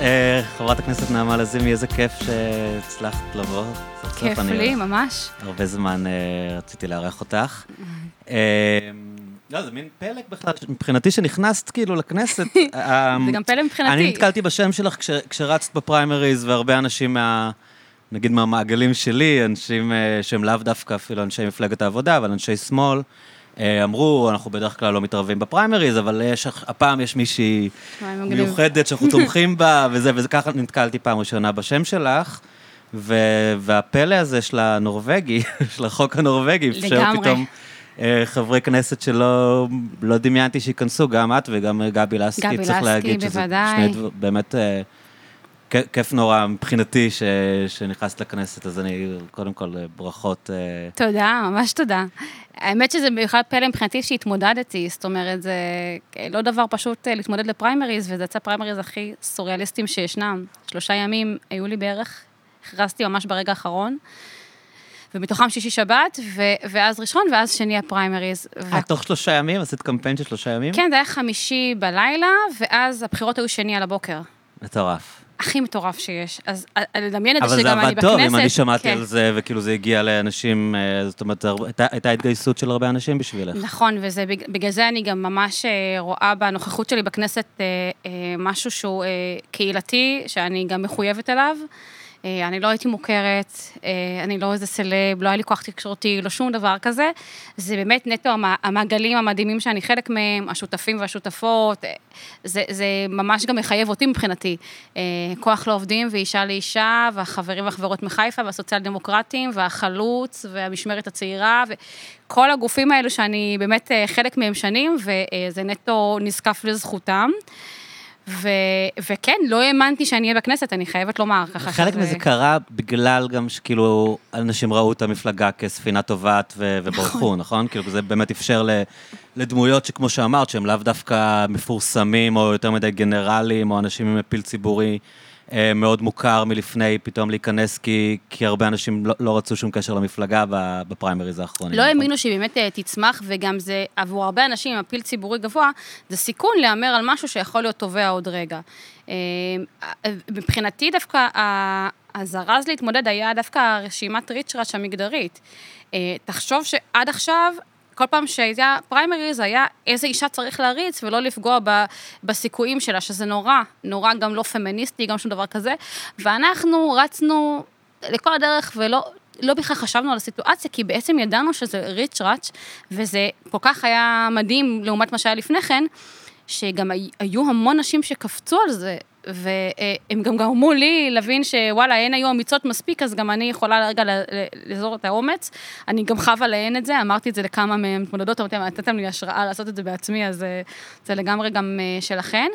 חברת הכנסת נעמה לזימי, איזה כיף שהצלחת לבוא. כיף לי, ממש. הרבה זמן רציתי לארח אותך. לא, זה מין פלג בכלל, מבחינתי שנכנסת כאילו לכנסת. זה גם פלג מבחינתי. אני נתקלתי בשם שלך כשרצת בפריימריז, והרבה אנשים נגיד מהמעגלים שלי, אנשים שהם לאו דווקא אפילו אנשי מפלגת העבודה, אבל אנשי שמאל, אמרו, אנחנו בדרך כלל לא מתערבים בפריימריז, אבל הפעם יש מישהי מיוחדת שאנחנו תומכים בה, וזה ככה נתקלתי פעם ראשונה בשם שלך, והפלא הזה של הנורווגי, של החוק הנורווגי, אפשר פתאום חברי כנסת שלא דמיינתי שיכנסו, גם את וגם גבי לסקי, צריך להגיד שזה שני באמת כיף נורא מבחינתי שנכנסת לכנסת, אז אני קודם כל ברכות. תודה, ממש תודה. האמת שזה בכלל פלא מבחינתי שהתמודדתי, זאת אומרת, זה לא דבר פשוט להתמודד לפריימריז, וזה יצא פריימריז הכי סוריאליסטיים שישנם. 3 ימים היו לי בערך, הכרזתי ממש ברגע האחרון, ומתוכם שישי שבת, ואז ראשון, ואז שני הפריימריז. תוך 3 ימים? עשית קמפיין של 3 ימים? כן, זה היה חמישי בלילה, ואז הבחירות היו שני על הבוקר. מטורף. הכי מטורף שיש. אז לדמיין את זה שגם אני בכנסת. אבל זה עבד טוב, אם אני שמעתי על זה, וכאילו זה הגיע לאנשים, זאת אומרת, הייתה התגייסות של הרבה אנשים בשבילך. נכון, ובגלל זה אני גם ממש רואה בנוכחות שלי בכנסת משהו שהוא קהילתי, שאני גם מחויבת אליו. אני לא הייתי מוכרת, אני לא איזה סלב, לא היה לי כוח תקשורתי, לא שום דבר כזה. זה באמת נטו המעגלים המדהימים שאני חלק מהם, השותפים והשותפות, זה ממש גם מחייב אותי מבחינתי. כוח לעובדים ואישה לאישה, והחברים והחברות מחיפה, והסוציאל דמוקרטים, והחלוץ, והמשמרת הצעירה, וכל הגופים האלו שאני באמת חלק מהם שנים, וזה נטו נזקף לזכותם. וכן, לא האמנתי שאני אהיה בכנסת, אני חייבת לומר ככה. חלק מזה קרה בגלל גם שכאילו אנשים ראו את המפלגה כספינה טובת וברחו, נכון? כאילו זה באמת אפשר לדמויות שכמו שאמרת, שהם לאו דווקא מפורסמים או יותר מדי גנרלים או אנשים עם מפיל ציבורי מאוד מוכר מלפני פתאום להיכנס, כי הרבה אנשים לא רצו שום קשר למפלגה בפריימריז האחרונים. לא האמינו שהיא באמת תצמח, וגם זה עבור הרבה אנשים עם מפיל ציבורי גבוה, זה סיכון לאמר על משהו שיכול להיות טובה עוד רגע. מבחינתי דווקא הזרז להתמודד היה דווקא רשימת ריצ'ראץ' המגדרית. תחשוב שעד עכשיו, כל פעם שהייתה פריימריז, היה איזה אישה צריך להריץ, ולא לפגוע בסיכויים שלה, שזה נורא גם לא פמיניסטי, גם שום דבר כזה, ואנחנו רצנו לכל הדרך, ולא בכלל חשבנו על הסיטואציה, כי בעצם ידענו שזה ריצ'ראץ', וזה כל כך היה מדהים, לעומת מה שהיה לפני כן, שגם היו המון נשים שקפצו על זה, והם גם גרמו לי להבין שוואלה, אין היו אמיצות מספיק, אז גם אני יכולה רגע לזור את האומץ. אני גם חווה להן את זה, אמרתי את זה לכמה מתמודדות, נתתם לי השראה לעשות את זה בעצמי, אז זה לגמרי גם שלכן.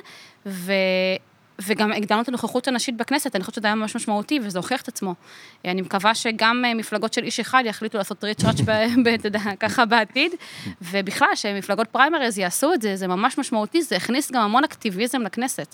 וגם הגדלנו את הנוכחות הנשית בכנסת, אני חושבת שזה היה ממש משמעותי, וזה הוכיח את עצמו. אני מקווה שגם מפלגות של איש אחד יחליטו לעשות ריצ'ראץ' ככה בעתיד, ובכלל שמפלגות פריימריז יעשו את זה, זה ממש משמעותי, זה הכניס גם המון אקטיביזם לכנסת.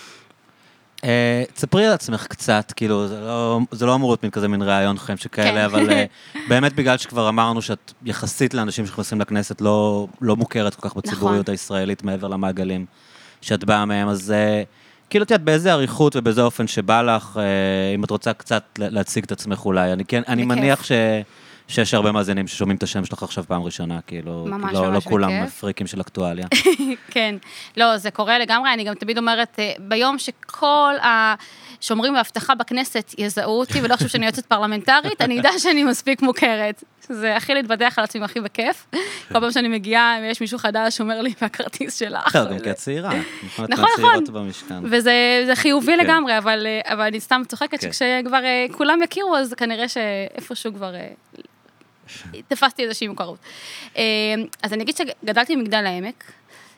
תספרי על עצמך קצת, כאילו, זה לא אמור להיות מין כזה מין רעיון חיים שכאלה, אבל באמת בגלל שכבר אמרנו שאת יחסית לאנשים שנכנסים לכנסת לא מוכרת כל כך בציבוריות הישראלית מעבר למעגלים שאת באה מהם, אז כאילו תיאת באיזה עריכות ובאיזה אופן שבא לך, אם את רוצה קצת להציג את עצמך אולי, אני מניח שיש הרבה מאזינים ששומעים את השם שלך עכשיו פעם ראשונה, כאילו, לא כולם פריקים של אקטואליה. כן, לא, זה קורה לגמרי, אני גם תמיד אומרת, ביום שכל השומרים והבטחה בכנסת יזהו אותי, ולא חושב שאני יועצת פרלמנטרית, אני יודע שאני מספיק מוכרת. זה הכי להתבדח על עצמי הכי בכיף. כל פעם שאני מגיעה, ויש מישהו חדש שאומר לי, והכרטיס שלך. גם כצעירה. נכון. וזה חיובי לגמרי, אבל אני סתם צוחקת שכשכבר כולם יכירו, אז כנראה שאיפשהו כבר תפסתי איזושהי מוכרות. אז אני אגיד שגדלתי במגדל העמק,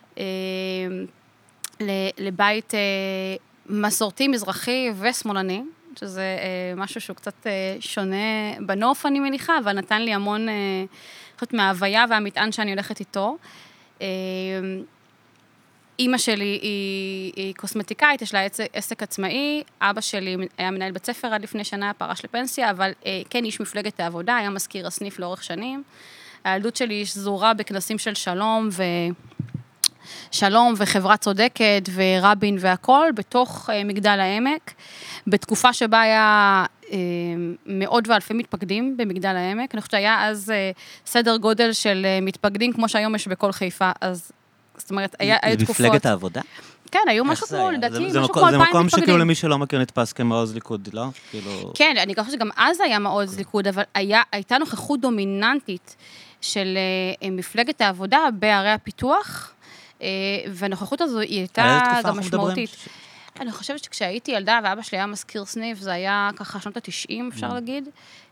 לבית מסורתי, מזרחי ושמאלני, שזה משהו שהוא קצת שונה בנוף, אני מניחה, אבל נתן לי המון מההוויה והמטען שאני הולכת איתו. אמא שלי היא קוסמטיקאית, יש לה עסק עצמאי, אבא שלי היה מנהל בית ספר עד לפני שנה, פרש לפנסיה, אבל כן, איש מפלגת העבודה, היה מזכיר הסניף לאורך שנים. הילדות שלי שזורה בכנסים של שלום, שלום וחברה צודקת ורבין והכל, בתוך מגדל העמק, בתקופה שבה היה מאות ואלפי מתפקדים במגדל העמק, אני חושבת שהיה אז סדר גודל של מתפקדים, כמו שהיום יש בכל חיפה, אז זאת אומרת, היה תקופות... זה מפלגת העבודה? כן, היו משהו כמו, לדעתי, משהו כמו 2,000 מתפקדים. זה מקום שכאילו למי שלא מכיר נתפס כמעוז ליכוד, לא? כן, אני חושבת שגם אז היה מעוז ליכוד, אבל הייתה נוכחות דומיננטית של מפלגת העבודה בערי הפיתוח, והנוכחות הזו היא הייתה גם משמעותית. אני חושבת שכשהייתי ילדה, ואבא שלי היה מזכיר סניף, זה היה ככה שנות ה-90, אפשר להגיד.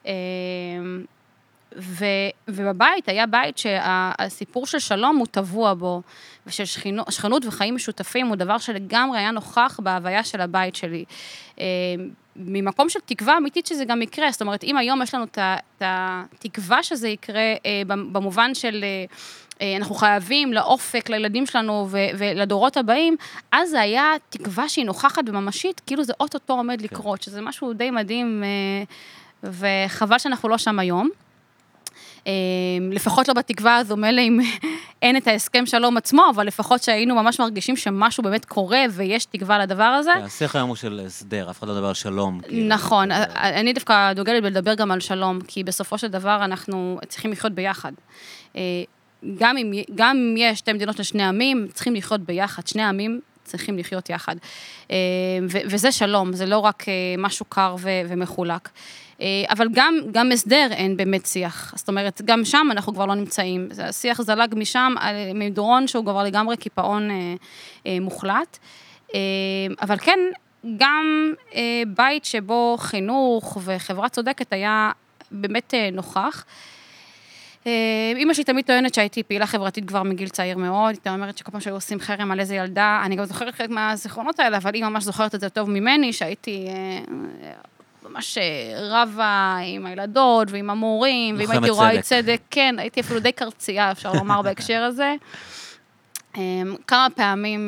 ובבית היה בית שהסיפור של שלום הוא טבוע בו, ושל שכנות וחיים משותפים הוא דבר שלגמרי היה נוכח בהוויה של הבית שלי. ממקום של תקווה אמיתית שזה גם יקרה, זאת אומרת, אם היום יש לנו את התקווה שזה יקרה, במובן של אנחנו חייבים לאופק לילדים שלנו ולדורות הבאים, אז זה היה תקווה שהיא נוכחת וממשית, כאילו זה אוטוטו עומד לקרות, שזה משהו די מדהים, וחבל שאנחנו לא שם היום. לפחות לא בתקווה הזו, מלא אם אין את ההסכם שלום עצמו, אבל לפחות שהיינו ממש מרגישים שמשהו באמת קורה, ויש תקווה לדבר הזה. השיח היום הוא של הסדר, אף אחד לא מדבר על שלום. נכון, אני דווקא דוגלת בלדבר גם על שלום, כי בסופו של דבר אנחנו צריכים לחיות ביחד. גם אם יש שתי מדינות לשני עמים, צריכים לחיות ביחד, שני עמים צריכים לחיות יחד. וזה שלום, זה לא רק משהו קר ומחולק. אבל גם הסדר אין באמת שיח. זאת אומרת, גם שם אנחנו כבר לא נמצאים. השיח זלג משם, מדרון שהוא כבר לגמרי קיפאון מוחלט. אבל כן, גם בית שבו חינוך וחברה צודקת היה באמת נוכח. אמא שלי תמיד טוענת שהייתי פעילה חברתית כבר מגיל צעיר מאוד, היא אומרת שכל פעם שהיו עושים חרם על איזה ילדה, אני גם זוכרת חלק מהזיכרונות האלה, אבל היא ממש זוכרת את זה טוב ממני, שהייתי ממש רבה עם הילדות ועם המורים, ואם הייתי רואה צדק, כן, הייתי אפילו די קרצייה, אפשר לומר בהקשר הזה. כמה פעמים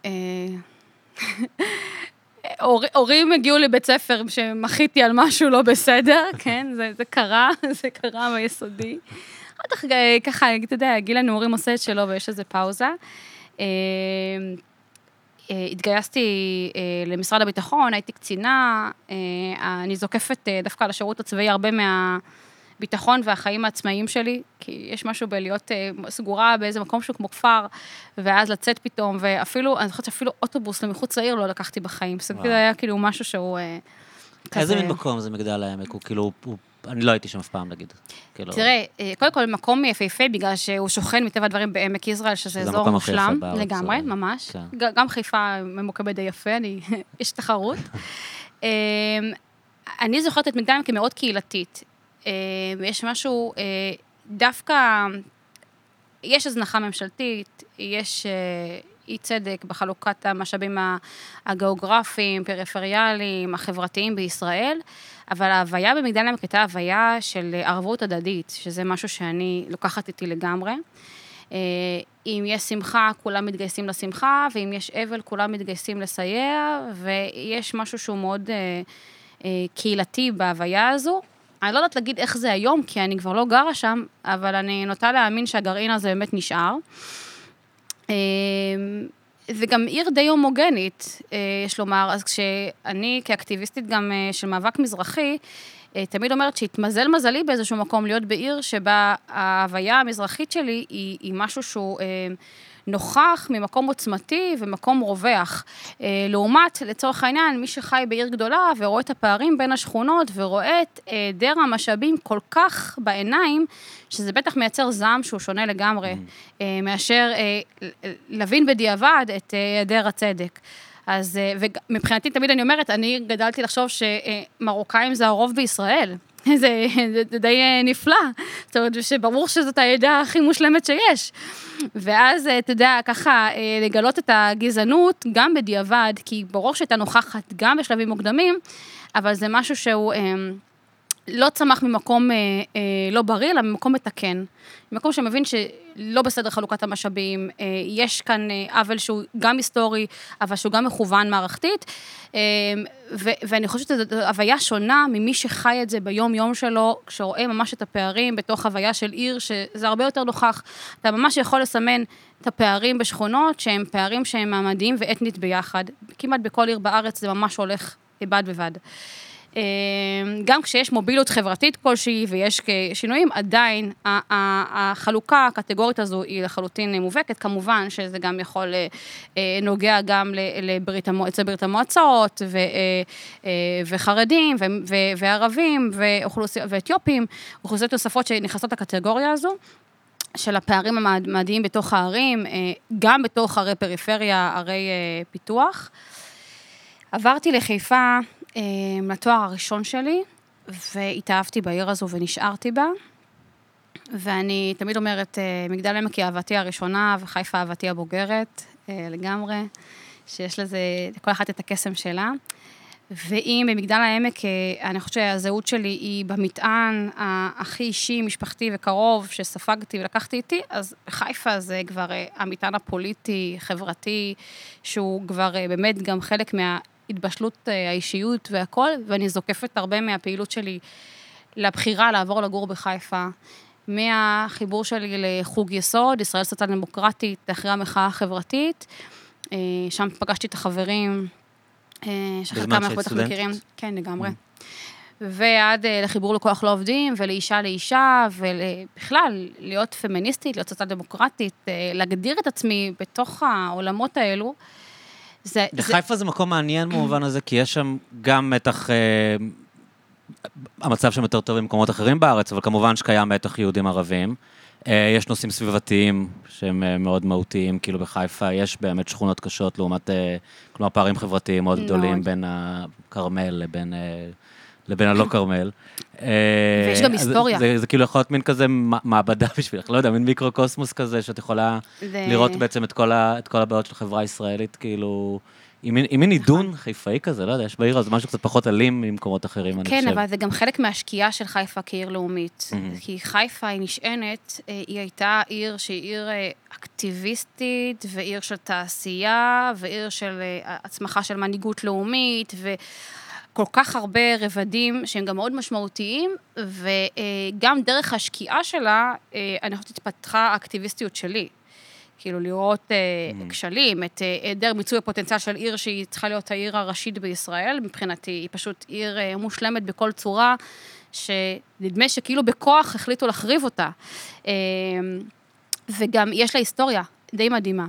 הורים הגיעו לבית ספר שמחיתי על משהו לא בסדר, כן, זה קרה ביסודי. ככה, אתה יודע, גיל הנעורים עושה את שלו ויש איזו פאוזה. התגייסתי למשרד הביטחון, הייתי קצינה, אני זוקפת דווקא על השירות הצבאי הרבה מהביטחון והחיים העצמאיים שלי, כי יש משהו בלהיות סגורה באיזה מקום שהוא כמו כפר, ואז לצאת פתאום, ואפילו, אני חושבת שאפילו אוטובוס למחוץ לעיר לא לקחתי בחיים, זה היה כאילו משהו שהוא כזה. איזה מין מקום זה מגדל העמק? הוא כאילו, אני לא הייתי שם אף פעם, נגיד. תראה, קודם כל מקום יפהפה, בגלל שהוא שוכן מטבע הדברים בעמק יזרעאל, שזה אזור מושלם, לגמרי, ממש. גם חיפה ממוקמת די יפה, יש תחרות. אני זוכרת את מגדל העמק כמאוד קהילתית. יש משהו, דווקא, יש הזנחה ממשלתית, יש אי צדק בחלוקת המשאבים הגיאוגרפיים, פריפריאליים, החברתיים בישראל, אבל ההוויה במגדל העמק הייתה הוויה של ערבות הדדית, שזה משהו שאני לוקחת איתי לגמרי. אם יש שמחה, כולם מתגייסים לשמחה, ואם יש אבל, כולם מתגייסים לסייע, ויש משהו שהוא מאוד קהילתי בהוויה הזו. אני לא יודעת להגיד איך זה היום, כי אני כבר לא גרה שם, אבל אני נוטה להאמין שהגרעין הזה באמת נשאר. זה גם עיר די הומוגנית, יש לומר, אז כשאני כאקטיביסטית גם של מאבק מזרחי, תמיד אומרת שהתמזל מזלי באיזשהו מקום להיות בעיר שבה ההוויה המזרחית שלי היא משהו שהוא נוכח ממקום עוצמתי ומקום רווח. לעומת, לצורך העניין, מי שחי בעיר גדולה ורואה את הפערים בין השכונות ורואה את היעדר המשאבים כל כך בעיניים, שזה בטח מייצר זעם שהוא שונה לגמרי, מאשר להבין בדיעבד את היעדר הצדק. אז, ומבחינתי תמיד אני אומרת, אני גדלתי לחשוב שמרוקאים זה הרוב בישראל. זה די נפלא. זאת אומרת, שברור שזאת הידע הכי מושלמת שיש. ואז, אתה יודע, ככה, לגלות את הגזענות גם בדיעבד, כי ברור שהייתה נוכחת גם בשלבים מוקדמים, אבל זה משהו שהוא לא צמח ממקום לא בריא, אלא ממקום מתקן. ממקום שמבין שלא בסדר חלוקת המשאבים, יש כאן עוול שהוא גם היסטורי, אבל שהוא גם מכוון מערכתית, ואני חושבת שזו הוויה שונה ממי שחי את זה ביום-יום שלו, כשרואה ממש את הפערים בתוך הוויה של עיר, שזה הרבה יותר נוכח. אתה ממש יכול לסמן את הפערים בשכונות, שהם פערים שהם מעמדיים ואתנית ביחד. כמעט בכל עיר בארץ זה ממש הולך בד בבד. גם כשיש מוביליות חברתית כלשהי ויש שינויים, עדיין החלוקה הקטגורית הזו היא לחלוטין מובהקת, כמובן שזה גם יכול נוגע גם אצל ברית המועצות וחרדים וערבים ואתיופים, אוכלוסיות נוספות שנכנסות לקטגוריה הזו, של הפערים המדעיים בתוך הערים, גם בתוך ערי פריפריה, ערי פיתוח. עברתי לחיפה לתואר הראשון שלי, והתאהבתי בעיר הזו ונשארתי בה, ואני תמיד אומרת, מגדל עמק היא אהבתי הראשונה, וחיפה אהבתי הבוגרת, לגמרי, שיש לזה, לכל אחת את הקסם שלה, ואם במגדל העמק, אני חושבת שהזהות שלי היא במטען הכי אישי, משפחתי וקרוב, שספגתי ולקחתי איתי, אז בחיפה זה כבר המטען הפוליטי, חברתי, שהוא כבר באמת גם חלק התבשלות האישיות והכל, ואני זוקפת הרבה מהפעילות שלי לבחירה לעבור לגור בחיפה, מהחיבור שלי לחוג יסוד, ישראל סוציאל דמוקרטית, אחרי המחאה החברתית, שם פגשתי את החברים, שחלקם אנחנו בטח מכירים, כן, לגמרי. ועד לחיבור לכוח לא עובדים, ולאישה לאישה, ובכלל, להיות פמיניסטית, להיות סוציאל דמוקרטית, להגדיר את עצמי בתוך העולמות האלו, בחיפה זה מקום מעניין במובן הזה, כי יש שם גם מתח, המצב שם יותר טוב במקומות אחרים בארץ, אבל כמובן שקיים מתח יהודים ערבים. יש נושאים סביבתיים שהם מאוד מהותיים, כאילו בחיפה יש באמת שכונות קשות לעומת, כלומר פערים חברתיים מאוד גדולים בין הכרמל לבין הלא כרמל. ויש גם היסטוריה. זה כאילו יכול להיות מין כזה מעבדה בשבילך, לא יודע, מין מיקרוקוסמוס כזה, שאת יכולה לראות בעצם את כל הבעיות של החברה הישראלית, כאילו, עם מין עידון חיפאי כזה, לא יודע, יש בעיר, אז משהו קצת פחות אלים ממקומות אחרים, אני חושב. כן, אבל זה גם חלק מהשקיעה של חיפה כעיר לאומית, כי חיפה היא נשענת, היא הייתה עיר שהיא עיר אקטיביסטית, ועיר של תעשייה, ועיר של הצמחה של מנהיגות לאומית, כל כך הרבה רבדים שהם גם מאוד משמעותיים, וגם דרך השקיעה שלה, אני חושבת התפתחה האקטיביסטיות שלי. כאילו לראות כשלים, את היעדר מיצוי הפוטנציאל של עיר שהיא צריכה להיות העיר הראשית בישראל, מבחינתי היא פשוט עיר מושלמת בכל צורה, שנדמה שכאילו בכוח החליטו להחריב אותה. וגם יש לה היסטוריה די מדהימה.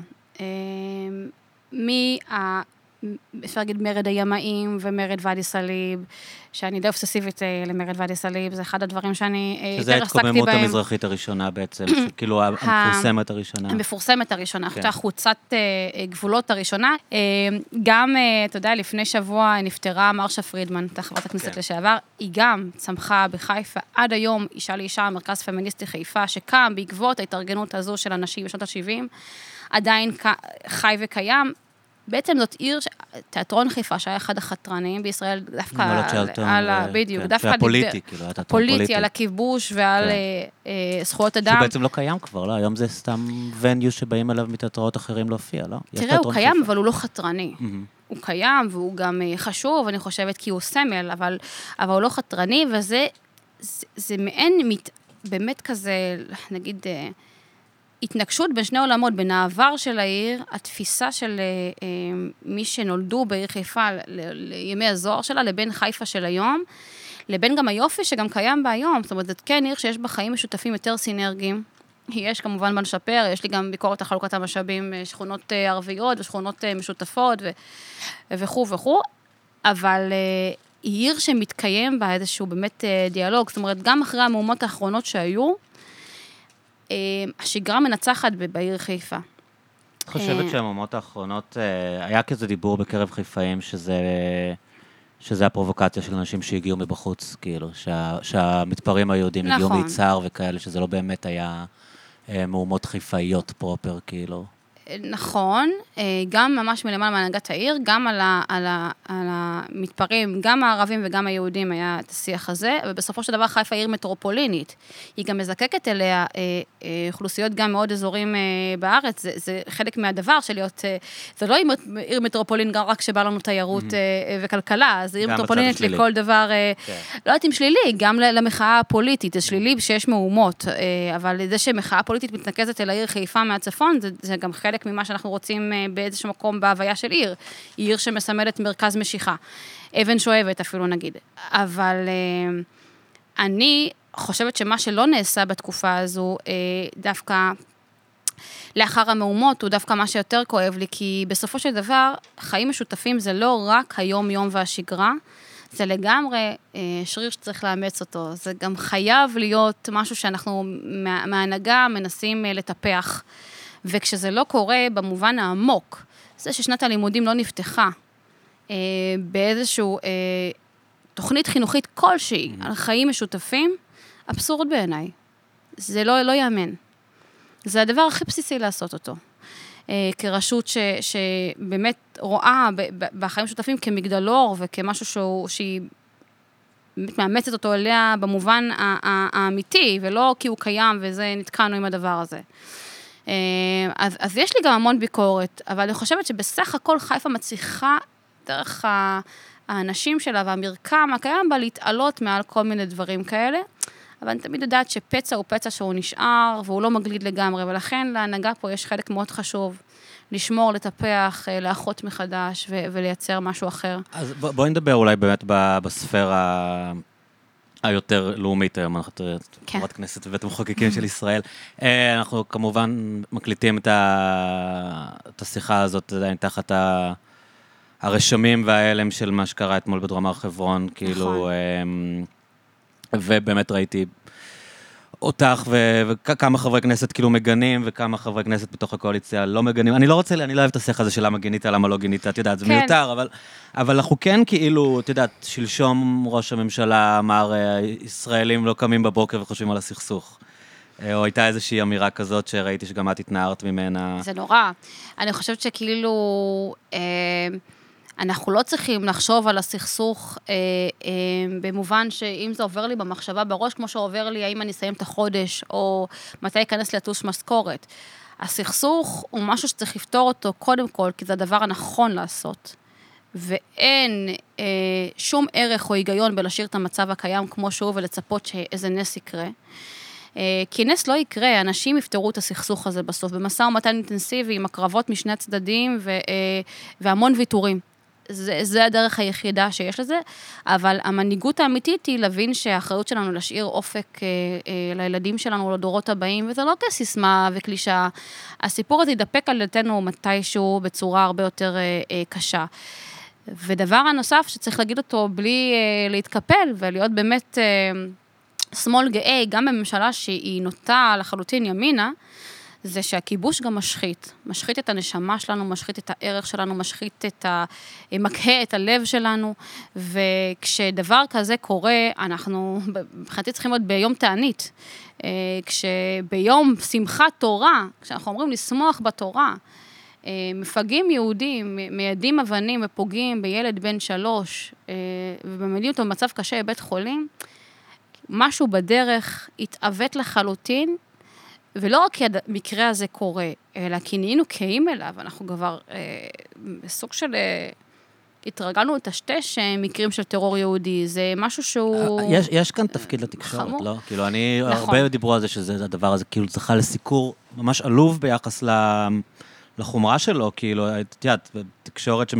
אפשר להגיד מרד הימאים ומרד ואדי סאליב, שאני די אובססיבית למרד ואדי סאליב, זה אחד הדברים שאני שזה ההתקוממות המזרחית הראשונה בעצם, כאילו המפורסמת הראשונה. המפורסמת הראשונה, אחת חוצת גבולות הראשונה. גם, אתה יודע, לפני שבוע נפטרה מרשה פרידמן, חברת הכנסת לשעבר, היא גם צמחה בחיפה, עד היום אישה לאישה, מרכז פמיניסטי חיפה, שקם בעקבות ההתארגנות הזו של אנשים בשנות ה-70, עדיין חי וקיים, בעצם זאת עיר, תיאטרון חיפה, שהיה אחד החתרניים בישראל, דווקא על בדיוק, דווקא הפוליטי, כאילו, היה תיאטרון פוליטי. על הכיבוש ועל זכויות אדם. שבעצם לא קיים כבר, לא? היום זה סתם וניו שבאים אליו מתיאטראות אחרים להופיע, לא? תראה, הוא קיים, אבל הוא לא חתרני. הוא קיים, והוא גם חשוב, אני חושבת, כי הוא סמל, אבל הוא לא חתרני, וזה מעין, באמת כזה, נגיד, התנגשות בין שני עולמות, בין העבר של העיר, התפיסה של מי שנולדו בעיר חיפה לימי הזוהר שלה, לבין חיפה של היום, לבין גם היופי שגם קיים בה היום. זאת אומרת, זאת כן עיר שיש בה חיים משותפים יותר סינרגיים. יש כמובן מה לשפר, יש לי גם ביקורת על חלוקת המשאבים, שכונות ערביות ושכונות משותפות וכו' וכו', אבל היא עיר שמתקיים בה איזשהו באמת דיאלוג. זאת אומרת, גם אחרי המהומות האחרונות שהיו, השגרה מנצחת בעיר חיפה. את חושבת שהמהומות האחרונות, היה כזה דיבור בקרב חיפאים, שזה הפרובוקציה של אנשים שהגיעו מבחוץ, כאילו, שהמתפרעים היהודים הגיעו מיצהר וכאלה, שזה לא באמת היה מהומות חיפאיות פרופר, כאילו. נכון, גם ממש מלמעלה מהנהגת העיר, גם על המתפרעים, גם הערבים וגם היהודים היה את השיח הזה, ובסופו של דבר חיפה עיר מטרופולינית. היא גם מזקקת אליה אוכלוסיות גם מאוד אזורים בארץ, זה חלק מהדבר של להיות, זה לא עיר מטרופולין גם רק שבא לנו תיירות וכלכלה, זה עיר מטרופולינית לכל דבר, לא יודעת אם שלילי, גם למחאה הפוליטית, זה שלילי שיש מהומות, אבל זה שמחאה פוליטית מתנקזת אל העיר חיפה מהצפון, זה גם חלק ממה שאנחנו רוצים באיזשהו מקום בהוויה של עיר. היא עיר שמסמלת מרכז משיכה. אבן שואבת אפילו נגיד. אבל אני חושבת שמה שלא נעשה בתקופה הזו, דווקא לאחר המהומות, הוא דווקא מה שיותר כואב לי, כי בסופו של דבר, חיים משותפים זה לא רק היום-יום והשגרה, זה לגמרי שריר שצריך לאמץ אותו. זה גם חייב להיות משהו שאנחנו מההנהגה מנסים לטפח. וכשזה לא קורה במובן העמוק, זה ששנת הלימודים לא נפתחה באיזשהו תוכנית חינוכית כלשהי על חיים משותפים, אבסורד בעיניי. זה לא יאמן. זה הדבר הכי בסיסי לעשות אותו. כרשות שבאמת רואה בחיים משותפים כמגדלור וכמשהו שהיא מאמצת אותו אליה במובן האמיתי, ולא כי הוא קיים וזה נתקענו עם הדבר הזה. אז יש לי גם המון ביקורת, אבל אני חושבת שבסך הכל חיפה מצליחה דרך האנשים שלה והמרקם הקיים בה להתעלות מעל כל מיני דברים כאלה, אבל אני תמיד יודעת שפצע הוא פצע שהוא נשאר, והוא לא מגליד לגמרי, ולכן להנהגה פה יש חלק מאוד חשוב, לשמור, לטפח, לאחות מחדש ולייצר משהו אחר. אז בואי נדבר אולי באמת בספירה היותר לאומית היום, אנחנו חברת כנסת ובית המחוקקים של ישראל. אנחנו כמובן מקליטים את השיחה הזאת עדיין תחת הרשמים והאלם של מה שקרה אתמול בדרום הר חברון, כאילו, ובאמת ראיתי אותך וכמה חברי כנסת כאילו מגנים, וכמה חברי כנסת בתוך הקואליציה לא מגנים. אני לא אוהב את השיח הזה של למה גינית, למה לא גינית, את יודעת, זה מיותר, אבל אנחנו כן כאילו, את יודעת, שלשום ראש הממשלה אמר, ישראלים לא קמים בבוקר וחושבים על הסכסוך. או הייתה איזושהי אמירה כזאת שראיתי שגם את התנערת ממנה. זה נורא. אני חושבת שכאילו, אנחנו לא צריכים לחשוב על הסכסוך במובן שאם זה עובר לי במחשבה בראש, כמו שעובר לי, האם אני אסיים את החודש, או מתי אכנס לתלוש משכורת. הסכסוך הוא משהו שצריך לפתור אותו קודם כל, כי זה הדבר הנכון לעשות. ואין שום ערך או היגיון בלהשאיר את המצב הקיים כמו שהוא, ולצפות שאיזה נס יקרה. כי נס לא יקרה, אנשים יפתרו את הסכסוך הזה בסוף, במשא ומתן אינטנסיבי, עם הקרבות משני הצדדים, והמון ויתורים. זה הדרך היחידה שיש לזה, אבל המנהיגות האמיתית היא להבין שהאחריות שלנו להשאיר אופק לילדים שלנו, לדורות הבאים, וזה לא כסיסמה וקלישה. הסיפור הזה ידפק על דלתנו מתישהו בצורה הרבה יותר קשה. ודבר הנוסף שצריך להגיד אותו בלי להתקפל, ולהיות באמת שמאל גאה, גם בממשלה שהיא נוטה לחלוטין ימינה, זה שהכיבוש גם משחית את הנשמה שלנו, משחית את הערך שלנו, משחית מקהה את הלב שלנו, וכשדבר כזה קורה, אנחנו מבחינתי צריכים להיות ביום תענית, כשביום שמחת תורה, כשאנחנו אומרים לשמוח בתורה, מפגעים יהודים, מיידים אבנים ופוגעים בילד בן 3, ומעמידים אותו במצב קשה בבית חולים, משהו בדרך התעוות לחלוטין, ולא רק כי המקרה הזה קורה, אלא כי נהיינו קיים אליו, אנחנו כבר בסוג של התרגלנו לטשטש מקרים של טרור יהודי, זה משהו שהוא... יש כאן תפקיד לתקשורת, לא? כאילו, הרבה דיברו על זה שזה הדבר הזה, כאילו זכה לסיקור ממש עלוב ביחס לחומרה שלו, כאילו, את יודעת, תקשורת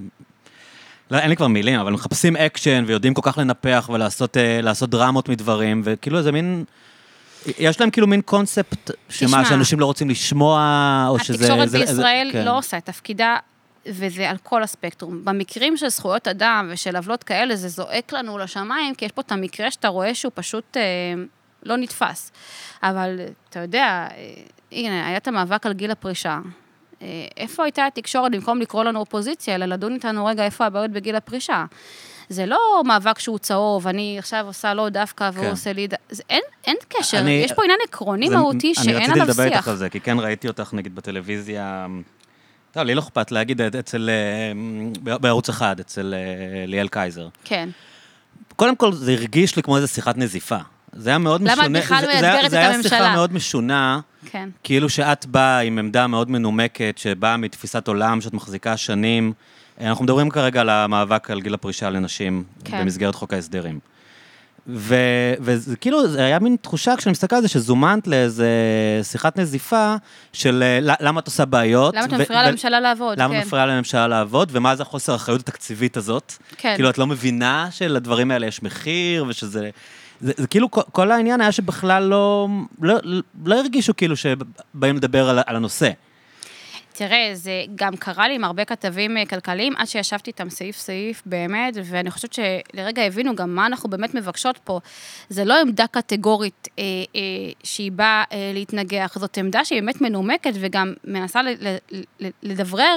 לא, אין לי כבר מילים, אבל מחפשים אקשן, ויודעים כל כך לנפח ולעשות דרמות מדברים, וכאילו זה מין... יש להם כאילו מין קונספט, שאנשים לא רוצים לשמוע, או שזה... התקשורת בישראל לא עושה את תפקידה, וזה על כל הספקטרום. במקרים של זכויות אדם ושל עוולות כאלה, זה זועק לנו לשמיים, כי יש פה את המקרה שאתה רואה שהוא פשוט לא נתפס. אבל אתה יודע, הנה, היה את המאבק על גיל הפרישה. איפה הייתה התקשורת במקום לקרוא לנו אופוזיציה, אלא לדון איתנו רגע איפה הבעיות בגיל הפרישה? זה לא מאבק שהוא צהוב, אני עכשיו עושה לו דווקא והוא עושה לי... אין קשר, יש פה עניין עקרוני מהותי שאין עליו שיח. אני רציתי לדבר איתך על זה, כי כן ראיתי אותך נגיד בטלוויזיה, טוב, לי לא אכפת להגיד בערוץ אחד, אצל ליאל קייזר. כן. קודם כל, זה הרגיש לי כמו איזו שיחת נזיפה. זה היה מאוד משונה. למה את בכלל מייצגרת את הממשלה? זה היה שיחה מאוד משונה, כן. כאילו שאת באה עם עמדה מאוד מנומקת, שבאה מתפיסת עולם שאת מחזיקה שנים. אנחנו מדברים כרגע על המאבק על גיל הפרישה לנשים, במסגרת חוק ההסדרים. וזה כאילו, זה היה מין תחושה כשאני מסתכל על זה, שזומנת לאיזו שיחת נזיפה, של למה את עושה בעיות. למה את מפריעה לממשלה לעבוד, למה את מפריעה לממשלה לעבוד, ומה זה החוסר האחריות התקציבית הזאת. כן. כאילו, את לא מבינה שלדברים האלה יש מחיר, ושזה... זה כאילו, כל העניין היה שבכלל לא הרגישו כאילו שבאים לדבר על הנושא. תראה, זה גם קרה לי עם הרבה כתבים כלכליים, עד שישבתי איתם סעיף באמת, ואני חושבת שלרגע הבינו גם מה אנחנו באמת מבקשות פה. זה לא עמדה קטגורית שהיא באה להתנגח, זאת עמדה שהיא באמת מנומקת, וגם מנסה לדברר,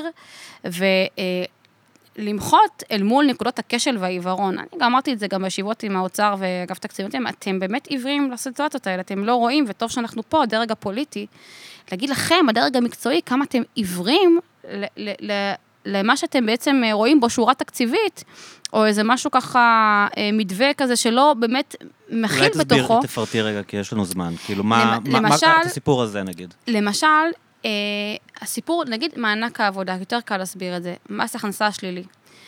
למחות אל מול נקודות הכשל והעיוורון. אני גם אמרתי את זה גם בישיבות עם האוצר ואגף תקציבים, אתם באמת עיוורים לסיטואציות האלה, אתם לא רואים, וטוב שאנחנו פה, הדרג הפוליטי, להגיד לכם, הדרג המקצועי, כמה אתם עיוורים למה שאתם בעצם רואים בו שורה תקציבית, או איזה משהו ככה מדווה כזה שלא באמת מכיל בתוכו. אולי תפרטי רגע, כי יש לנו זמן. כאילו, מה את הסיפור הזה נגיד? למשל, הסיפור, נגיד, מענק העבודה, יותר קל להסביר את זה, מס הכנסה שלילי.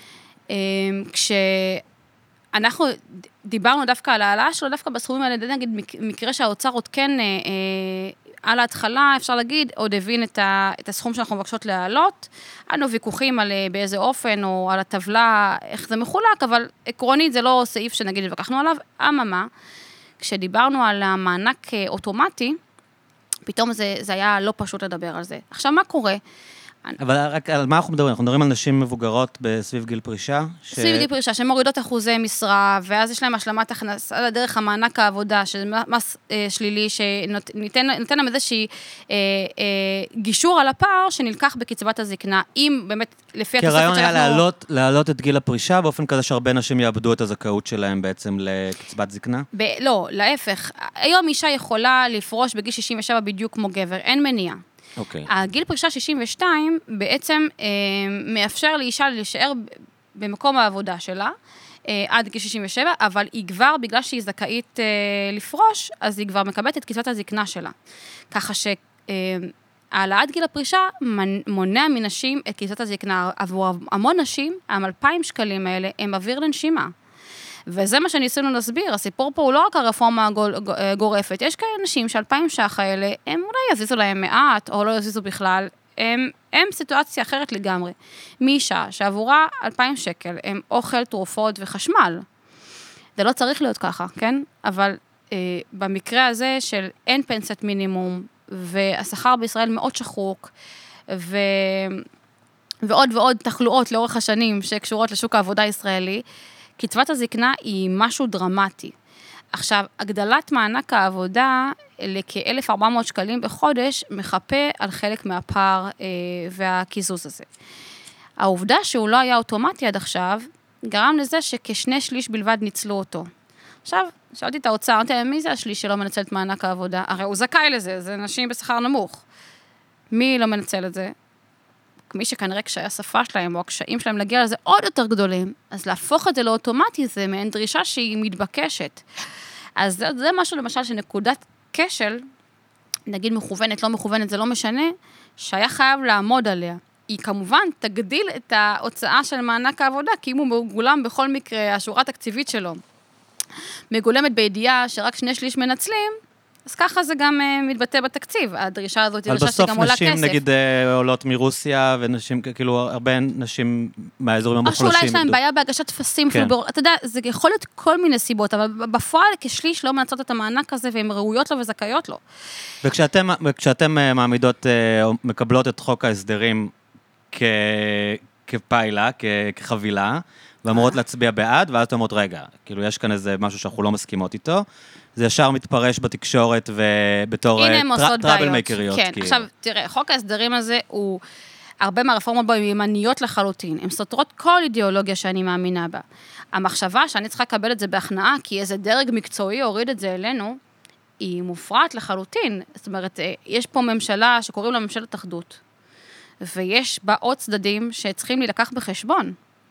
כשאנחנו דיברנו דווקא על העלאה שלו, דווקא בסכומים האלה, נגיד, מקרה שהאוצר עוד כן, על ההתחלה, אפשר להגיד, עוד הבין את הסכום שאנחנו מבקשות להעלות, היינו ויכוחים על באיזה אופן, או על הטבלה, איך זה מחולק, אבל עקרונית זה לא סעיף שנגיד, התווכחנו עליו, אממה, כשדיברנו על המענק אוטומטי, פתאום זה היה לא פשוט לדבר על זה. עכשיו, מה קורה? אבל רק על מה אנחנו מדברים? אנחנו מדברים על נשים מבוגרות בסביב גיל פרישה? סביב גיל פרישה, שמורידות אחוזי משרה, ואז יש להם השלמת הכנסה לדרך המענק העבודה, שזה מס שלילי, שניתן להם איזושהי גישור על הפער, שנלקח בקצבת הזקנה, אם באמת, לפי התוספת שאנחנו... כי הרעיון היה להעלות את גיל הפרישה, באופן כזה שהרבה נשים יאבדו את הזכאות שלהם בעצם לקצבת זקנה? לא, להפך. היום אישה יכולה לפרוש בגיל 67 בדיוק כמו גבר, אין מניעה. אוקיי. הגיל פרישה 62 בעצם מאפשר לאישה להישאר במקום העבודה שלה, עד גיל 67, אבל היא כבר, בגלל שהיא זכאית לפרוש, אז היא כבר מקבלת את קצבת הזקנה שלה. ככה שהעלאת גיל הפרישה מונע מנשים את קצבת הזקנה. עבור המון נשים, 2,000 שקלים האלה, הם אוויר לנשימה. וזה מה שניסינו להסביר, הסיפור פה הוא לא רק הרפורמה הגורפת, יש כאלה אנשים ש2,000 ש"ח האלה, הם אולי יזיזו להם מעט, או לא יזיזו בכלל, הם סיטואציה אחרת לגמרי. מאישה שעבורה 2,000 שקל, הם אוכל, תרופות וחשמל. זה לא צריך להיות ככה, כן? אבל במקרה הזה של אין פנסיית מינימום, והשכר בישראל מאוד שחוק, ועוד ועוד תחלואות לאורך השנים שקשורות לשוק העבודה הישראלי, קצבת הזקנה היא משהו דרמטי. עכשיו, הגדלת מענק העבודה לכ-1,400 שקלים בחודש מחפה על חלק מהפער והקיזוז הזה. העובדה שהוא לא היה אוטומטי עד עכשיו, גרם לזה שכ2/3 בלבד ניצלו אותו. עכשיו, שאלתי את האוצר, מי זה השליש שלא מנצל את מענק העבודה? הרי הוא זכאי לזה, זה נשים בשכר נמוך. מי לא מנצל את זה? מי שכנראה קשיי השפה שלהם, או הקשיים שלהם להגיע לזה עוד יותר גדולים, אז להפוך את זה לאוטומטי, זה מעין דרישה שהיא מתבקשת. אז זה משהו למשל שנקודת כשל, נגיד מכוונת, לא מכוונת, זה לא משנה, שהיה חייב לעמוד עליה. היא כמובן תגדיל את ההוצאה של מענק העבודה, כי אם הוא מגולם בכל מקרה, השורה התקציבית שלו, מגולמת בידיעה שרק 2/3 מנצלים, אז ככה זה גם מתבטא בתקציב. הדרישה הזאת היא דרישה שגם עולה כסף. אבל בסוף נשים, נגיד, עולות מרוסיה, ונשים, כאילו, הרבה נשים מהאזורים המוחלשים. או שאולי יש להם בעיה בהגשת תפסים. כן. אתה יודע, זה יכול להיות כל מיני סיבות, אבל בפועל כשליש לא מנצלות את המענק הזה, והן ראויות לו וזכאיות לו. וכשאתם מעמידות, מקבלות את חוק ההסדרים כפיילה, כחבילה, ואמורות להצביע בעד, ואז אתם אומרות, רגע, כאילו, יש כאן איזה משהו שאנחנו לא מסכימות איתו, זה ישר מתפרש בתקשורת ובתור טראבל מייקריות. כן, עכשיו, תראה, חוק ההסדרים הזה הוא, הרבה מהרפורמות בו הן ימניות לחלוטין, הן סותרות כל אידיאולוגיה שאני מאמינה בה. המחשבה שאני צריכה לקבל את זה בהכנעה, כי איזה דרג מקצועי הוריד את זה אלינו, היא מופרעת לחלוטין. זאת אומרת, יש פה ממשלה שקוראים לה ממשלת אחדות, ויש בה עוד צדדים שצריכים להילקח בחשבון.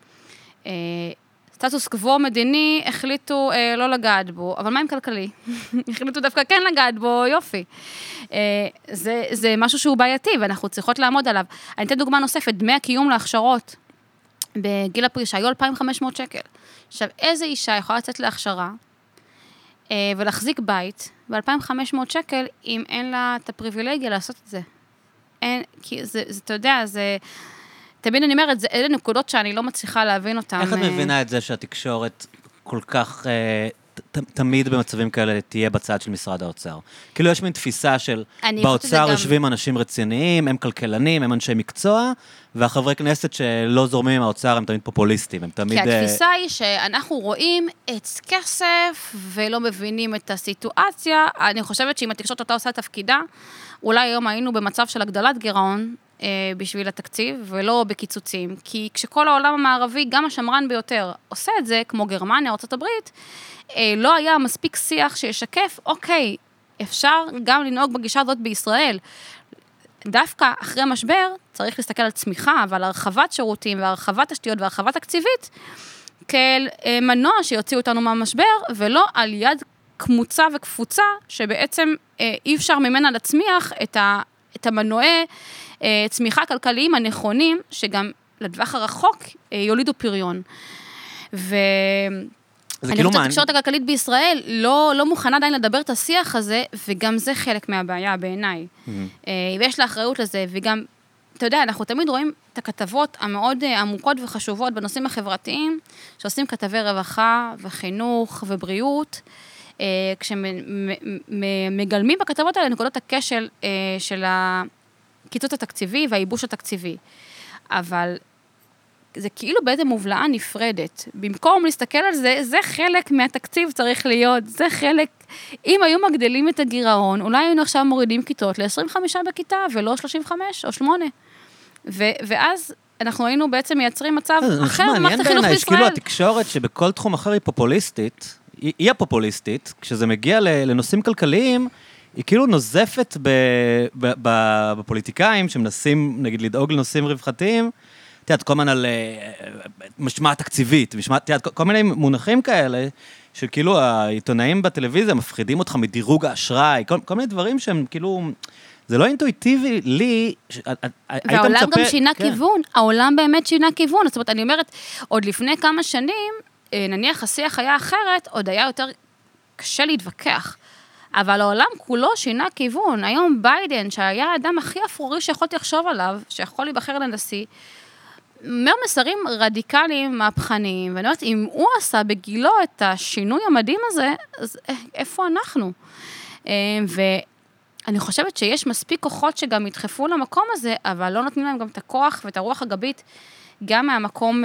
סטטוס קוו מדיני, החליטו לא לגעת בו, אבל מה עם כלכלי? החליטו דווקא כן לגעת בו, יופי. זה משהו שהוא בעייתי, ואנחנו צריכות לעמוד עליו. אני אתן דוגמה נוספת, דמי הקיום להכשרות, בגיל הפרישה, היו 2,500 שקל. עכשיו, איזה אישה יכולה לצאת להכשרה, ולהחזיק בית, ב-2,500 שקל, אם אין לה את הפריבילגיה לעשות את זה? אין, כי זה, אתה יודע, זה... תמיד אני אומרת, אלה נקודות שאני לא מצליחה להבין אותן. איך את מבינה את זה שהתקשורת כל כך, תמיד במצבים כאלה תהיה בצד של משרד האוצר? כאילו יש מין תפיסה של, באוצר יושבים אנשים רציניים, הם כלכלנים, הם אנשי מקצוע, והחברי כנסת שלא זורמים עם האוצר הם תמיד פופוליסטים, הם תמיד... כי התפיסה היא שאנחנו רואים את כסף ולא מבינים את הסיטואציה. אני חושבת שאם התקשורת אותה עושה תפקידה, אולי היום היינו במצב של הגדלת גירעון, בשביל התקציב, ולא בקיצוצים. כי כשכל העולם המערבי, גם השמרן ביותר, עושה את זה, כמו גרמניה, ארצות הברית, לא היה מספיק שיח שישקף, אוקיי, אפשר גם לנהוג בגישה הזאת בישראל. דווקא אחרי המשבר, צריך להסתכל על צמיחה, ועל הרחבת שירותים, והרחבת תשתיות, והרחבת תקציבית, כאל מנוע שיוציאו אותנו מהמשבר, ולא על יד קמוצה וקפוצה, שבעצם אי אפשר ממנה לצמיח את המנועי צמיחה כלכליים הנכונים, שגם לדווח הרחוק יולידו פריון. אני חושבת שהתקשורת הכלכלית בישראל לא מוכנה עדיין לדבר את השיח הזה, וגם זה חלק מהבעיה בעיניי. ויש לה אחריות לזה, וגם, אתה יודע, אנחנו תמיד רואים את הכתבות המאוד עמוקות וחשובות בנושאים החברתיים, שעושים כתבי רווחה וחינוך ובריאות, כשמגלמים בכתבות האלה נקודות הכשל של הקיצוץ התקציבי והייבוש התקציבי. אבל זה כאילו בעצם מובלעה נפרדת. במקום להסתכל על זה, זה חלק מהתקציב צריך להיות, זה חלק, אם היו מגדלים את הגירעון, אולי היינו עכשיו מורידים כיתות ל-25 בכיתה, ולא 35 או 8. ואז אנחנו היינו בעצם מייצרים מצב אחר במערכת החינוך בישראל. כאילו התקשורת שבכל תחום אחר היא פופוליסטית, היא הפופוליסטית, כשזה מגיע לנושאים כלכליים, היא כאילו נוזפת בפוליטיקאים שמנסים, נגיד, לדאוג לנושאים רווחתיים, תיאת, כל מיני על משמעת תקציבית, כל מיני מונחים כאלה, שכאילו העיתונאים בטלוויזיה מפחידים אותך מדירוג האשראי, כל מיני דברים שהם כאילו, זה לא אינטואיטיבי לי, והעולם גם שינה כיוון, העולם באמת שינה כיוון, זאת אומרת, אני אומרת, עוד לפני כמה שנים, נניח השיח היה אחרת, עוד היה יותר קשה להתווכח. אבל העולם כולו שינה כיוון. היום ביידן, שהיה האדם הכי אפרורי שיכולתי לחשוב עליו, שיכול להיבחר לנשיא, אומר מסרים רדיקליים, מהפכניים, ואני אומרת, אם הוא עשה בגילו את השינוי המדהים הזה, אז איפה אנחנו? ואני חושבת שיש מספיק כוחות שגם ידחפו למקום הזה, אבל לא נותנים להם גם את הכוח ואת הרוח הגבית, גם מהמקום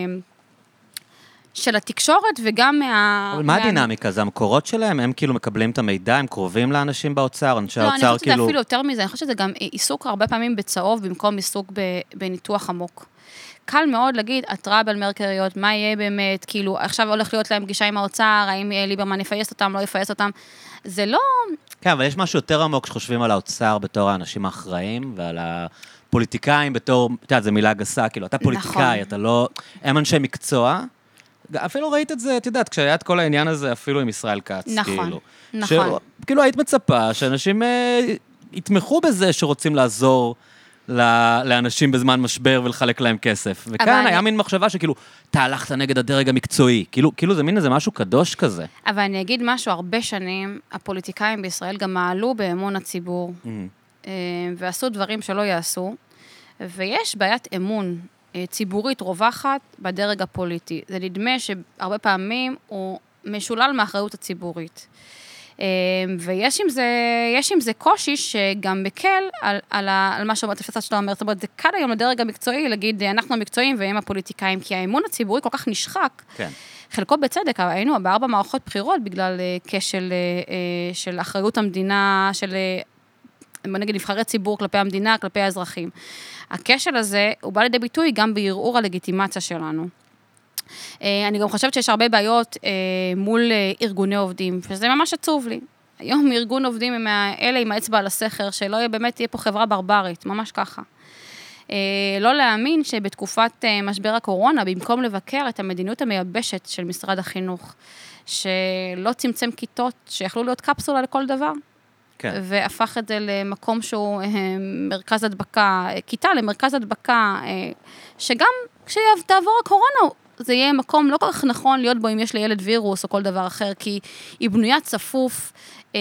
של התקשורת וגם מה הדינמיקה? זה המקורות שלהם? הם כאילו מקבלים את המידע, הם קרובים לאנשים באוצר, אנשי האוצר כאילו... לא, אני חושבת שזה אפילו יותר מזה, אני חושבת שזה גם עיסוק הרבה פעמים בצהוב, במקום עיסוק בניתוח עמוק. קל מאוד להגיד, הטראבל מרקריות, מה יהיה באמת, כאילו, עכשיו הולך להיות להם פגישה עם האוצר, האם ליברמן יפייס אותם, לא יפייס אותם, זה לא... כן, אבל יש משהו יותר עמוק שחושבים על האוצר בתור האנשים האחראים, ועל הפוליטיקאים בתור, אתה יודע, זו מילה גסה, כאילו, אתה פוליטיקאי, אתה לא... הם אנשי מקצוע, אפילו ראית את זה, את יודעת, כשהיה את כל העניין הזה, אפילו עם ישראל כץ, נכון, נכון. כאילו, היית מצפה שאנשים יתמכו בזה שרוצים לעזור לאנשים בזמן משבר ולחלק להם כסף. וכאן היה מין מחשבה שכאילו, אתה הלכת נגד הדרג המקצועי. כאילו זה מין איזה משהו קדוש כזה. אבל אני אגיד משהו, הרבה שנים, הפוליטיקאים בישראל גם מעלו באמון הציבור, ועשו דברים שלא יעשו, ויש בעיית אמון ציבורית רווחת בדרג הפוליטי. זה נדמה שהרבה פעמים הוא משולל מהאחריות הציבורית. ויש עם זה קושי שגם מקל על מה שאומרת הפצצה שאתה אומר, זאת אומרת, זה קל היום לדרג המקצועי להגיד, אנחנו המקצועיים והם הפוליטיקאים, כי האמון הציבורי כל כך נשחק, כן. חלקו בצדק, היינו ב4 מערכות בחירות בגלל כשל של אחריות המדינה, של נגיד נבחרי ציבור כלפי המדינה, כלפי האזרחים. הכשל הזה, הוא בא לידי ביטוי גם בערעור הלגיטימציה שלנו. אני גם חושבת שיש הרבה בעיות מול ארגוני עובדים, וזה ממש עצוב לי. היום ארגון עובדים הם אלה עם האצבע על הסכר, שלא באמת תהיה פה חברה ברברית, ממש ככה. לא להאמין שבתקופת משבר הקורונה, במקום לבקר את המדיניות המייבשת של משרד החינוך, שלא צמצם כיתות שיכלו להיות קפסולה לכל דבר, כן. והפך את זה למקום שהוא מרכז הדבקה, כיתה למרכז הדבקה, שגם כשתעבור הקורונה, זה יהיה מקום לא כל כך נכון להיות בו אם יש לילד וירוס או כל דבר אחר, כי היא בנויה צפוף,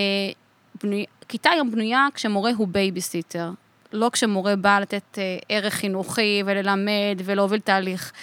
כיתה היום בנויה כשמורה הוא בייביסיטר, לא כשמורה בא לתת ערך חינוכי וללמד ולהוביל תהליך.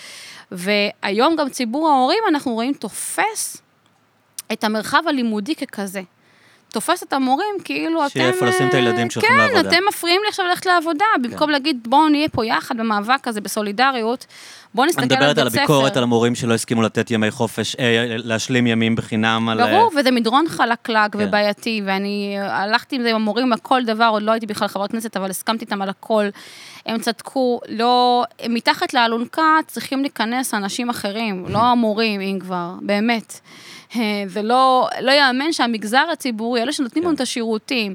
והיום גם ציבור ההורים אנחנו רואים תופס את המרחב הלימודי ככזה. תופס את המורים כאילו אתם... שיהיה איפה לשים את הילדים שהולכים לעבודה. כן, אתם מפריעים לי עכשיו ללכת לעבודה, במקום להגיד בואו נהיה פה יחד במאבק הזה בסולידריות, בואו נסתכל על בית ספר. אני מדברת על הביקורת על המורים שלא הסכימו לתת ימי חופש, להשלים ימים בחינם. ברור, וזה מדרון חלקלק ובעייתי, ואני הלכתי עם זה עם המורים על כל דבר, עוד לא הייתי בכלל חברת כנסת, אבל הסכמתי איתם על הכל. הם צדקו, לא, מתחת לאלונקה צריכים להיכנס אנשים אחרים, לא המורים, אם כבר, באמת. ולא יאמן שהמגזר הציבורי, אלה שנותנים לנו את השירותים,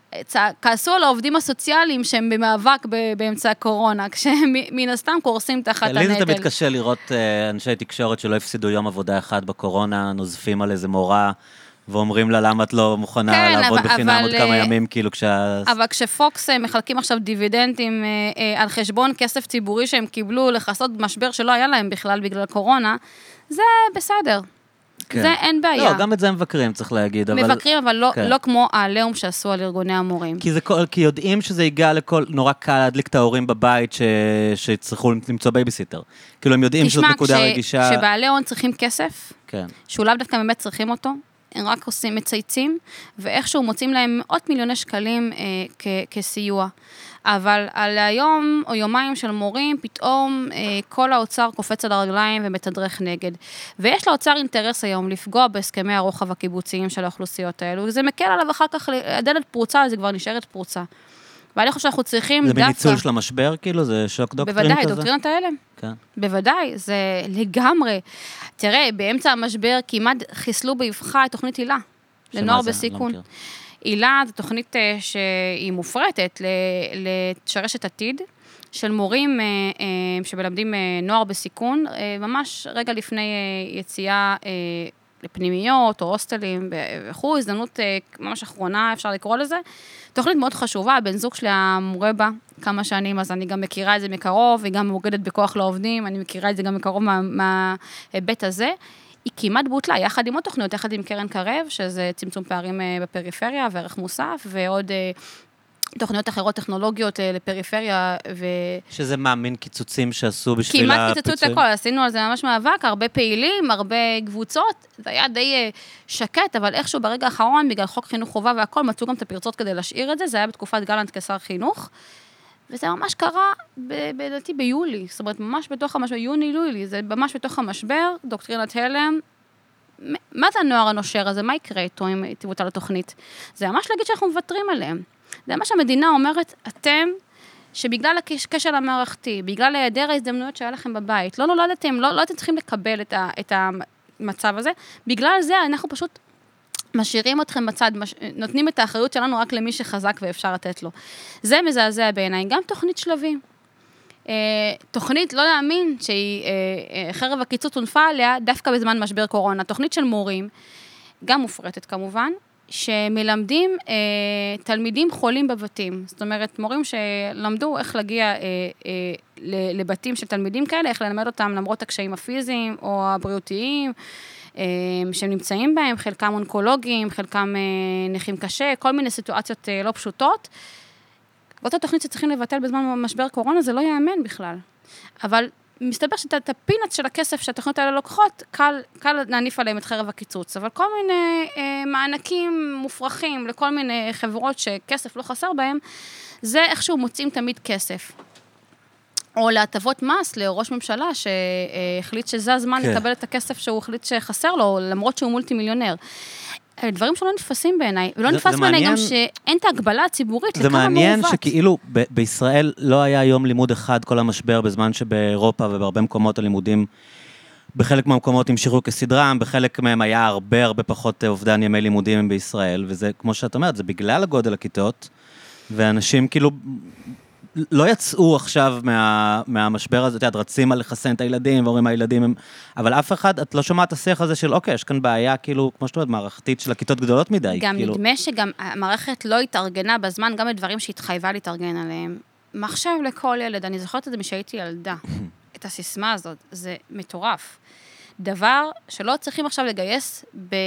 כעסו על העובדים הסוציאליים שהם במאבק באמצע הקורונה, כשהם מן הסתם קורסים תחת הנטל. לי זה תמיד קשה לראות אנשי תקשורת שלא הפסידו יום עבודה אחד בקורונה, נוזפים על איזה מורה, ואומרים לה למה את לא מוכנה לעבוד בחינם עוד כמה ימים, כאילו אבל כשפוקס מחלקים עכשיו דיבידנדים על חשבון כסף ציבורי שהם קיבלו לחסות משבר שלא היה להם בכלל בגלל קורונה, זה בסדר. זה אין בעיה. לא, גם את זה הם מבקרים, צריך להגיד. מבקרים, אבל לא כמו העליהום שעשו על ארגוני המורים. כי יודעים שזה ייגע לכל, נורא קל להדליק את ההורים בבית שצריכו למצוא בייביסיטר. כאילו הם יודעים שזאת נקודה רגישה. תשמע, כשבעלי הון צריכים כסף, שהוא לאו דווקא באמת צריכים אותו, הם רק עושים מצייצים, ואיכשהו מוצאים להם מאות מיליוני שקלים כסיוע. אבל על היום או יומיים של מורים, פתאום כל האוצר קופץ על הרגליים ומתדרך נגד. ויש לאוצר אינטרס היום לפגוע בהסכמי הרוחב הקיבוציים של האוכלוסיות האלו, וזה מקל עליו אחר כך, הדלת פרוצה, זה כבר נשארת פרוצה. ואני חושב שאנחנו צריכים דווקא... זה בניצול של המשבר, כאילו? זה שוק דוקטרין כזה? בוודאי, דוקטרינות האלה. כן. בוודאי, זה לגמרי. תראה, באמצע המשבר כמעט חיסלו באבחה את תוכנית הילה, לנוער בסיכון. הילה זו תוכנית שהיא מופרטת לשרשת עתיד, של מורים שמלמדים נוער בסיכון, ממש רגע לפני יציאה לפנימיות או הוסטלים וכו', הזדמנות ממש אחרונה, אפשר לקרוא לזה. תוכנית מאוד חשובה, בן זוג שלי המורה בה כמה שנים, אז אני גם מכירה את זה מקרוב, היא גם מאוגדת בכוח לעובדים, אני מכירה את זה גם מקרוב מההיבט הזה. היא כמעט בוטלה, יחד עם עוד תוכניות, יחד עם קרן קרב, שזה צמצום פערים בפריפריה וערך מוסף, ועוד תוכניות אחרות טכנולוגיות לפריפריה. שזה מה, מין קיצוצים שעשו בשביל כמעט הפיצויים? קיצצו את הכל, עשינו על זה ממש מאבק, הרבה פעילים, הרבה קבוצות, זה היה די שקט, אבל איכשהו ברגע האחרון, בגלל חוק חינוך חובה והכל, מצאו גם את הפרצות כדי להשאיר את זה, זה היה בתקופת גלנט כשר חינוך, וזה ממש קרה, בדעתי, ביולי, זאת אומרת, ממש בתוך המשבר, יוני-יולי, זה ממש בתוך המשבר, דוקטרינת הלם, מה זה הנוער הנושר הזה? מה יקרה איתו אם תבוטל לתוכנית? זה ממש להגיד שאנחנו מוותרים עליהם. זה ממש המדינה אומרת, אתם, שבגלל הכשל המערכתי, בגלל היעדר ההזדמנויות שהיה לכם בבית, לא נולדתם, לא אתם צריכים לקבל את המצב הזה, בגלל זה אנחנו פשוט משאירים אתכם בצד, נותנים את האחריות שלנו רק למי שחזק ואפשר לתת לו. זה מזעזע בעיניי, גם תוכנית שלבים. תוכנית, לא להאמין שהיא חרב הקיצוץ הונפה עליה דווקא בזמן משבר קורונה. תוכנית של מורים, גם מופרטת כמובן, שמלמדים תלמידים חולים בבתים. זאת אומרת, מורים שלמדו איך להגיע לבתים של תלמידים כאלה, איך ללמד אותם למרות הקשיים הפיזיים או הבריאותיים, שהם נמצאים בהם, חלקם אונקולוגיים, חלקם נכים קשה, כל מיני סיטואציות לא פשוטות. ואותה תוכנית שצריכים לבטל בזמן משבר קורונה, זה לא יאמן בכלל. אבל מסתבר שאת הפינץ של הכסף שהתוכניות האלה לוקחות, קל להניף עליהם את חרב הקיצוץ. אבל כל מיני מענקים מופרכים לכל מיני חברות שכסף לא חסר בהם, זה איכשהו מוצאים תמיד כסף. או להטבות מס לראש ממשלה שהחליט שזה הזמן לקבל את הכסף שהוא החליט שחסר לו, למרות שהוא מולטי מיליונר. דברים שלא נתפסים בעיניי, ולא זה נתפס בעיניי מעניין. גם שאין את ההגבלה הציבורית זה לכמה מעניין מעוות. שכאילו בישראל לא היה יום לימוד אחד כל המשבר, בזמן שבאירופה ובהרבה מקומות הלימודים, בחלק מהמקומות המשיכו כסדרם, בחלק מהם היה הרבה הרבה פחות אובדן ימי לימודים בישראל, וזה, כמו שאת אומרת, זה בגלל הגודל הכיתות, ואנשים כאילו לא יצאו עכשיו מהמשבר הזה, את רצים על לחסן את הילדים, ואומרים הילדים הם... אבל אף אחד, את לא שומעת את השיח הזה של, אוקיי, יש כאן בעיה, כאילו, כמו שאת אומרת, מערכתית של הכיתות גדולות מדי. גם כאילו... נדמה שגם המערכת לא התארגנה בזמן, גם לדברים שהתחייבה להתארגן עליהם. מחשב לכל ילד, אני זוכרת את זה משהייתי ילדה. את הסיסמה הזאת, זה מטורף. דבר שלא צריכים עכשיו לגייס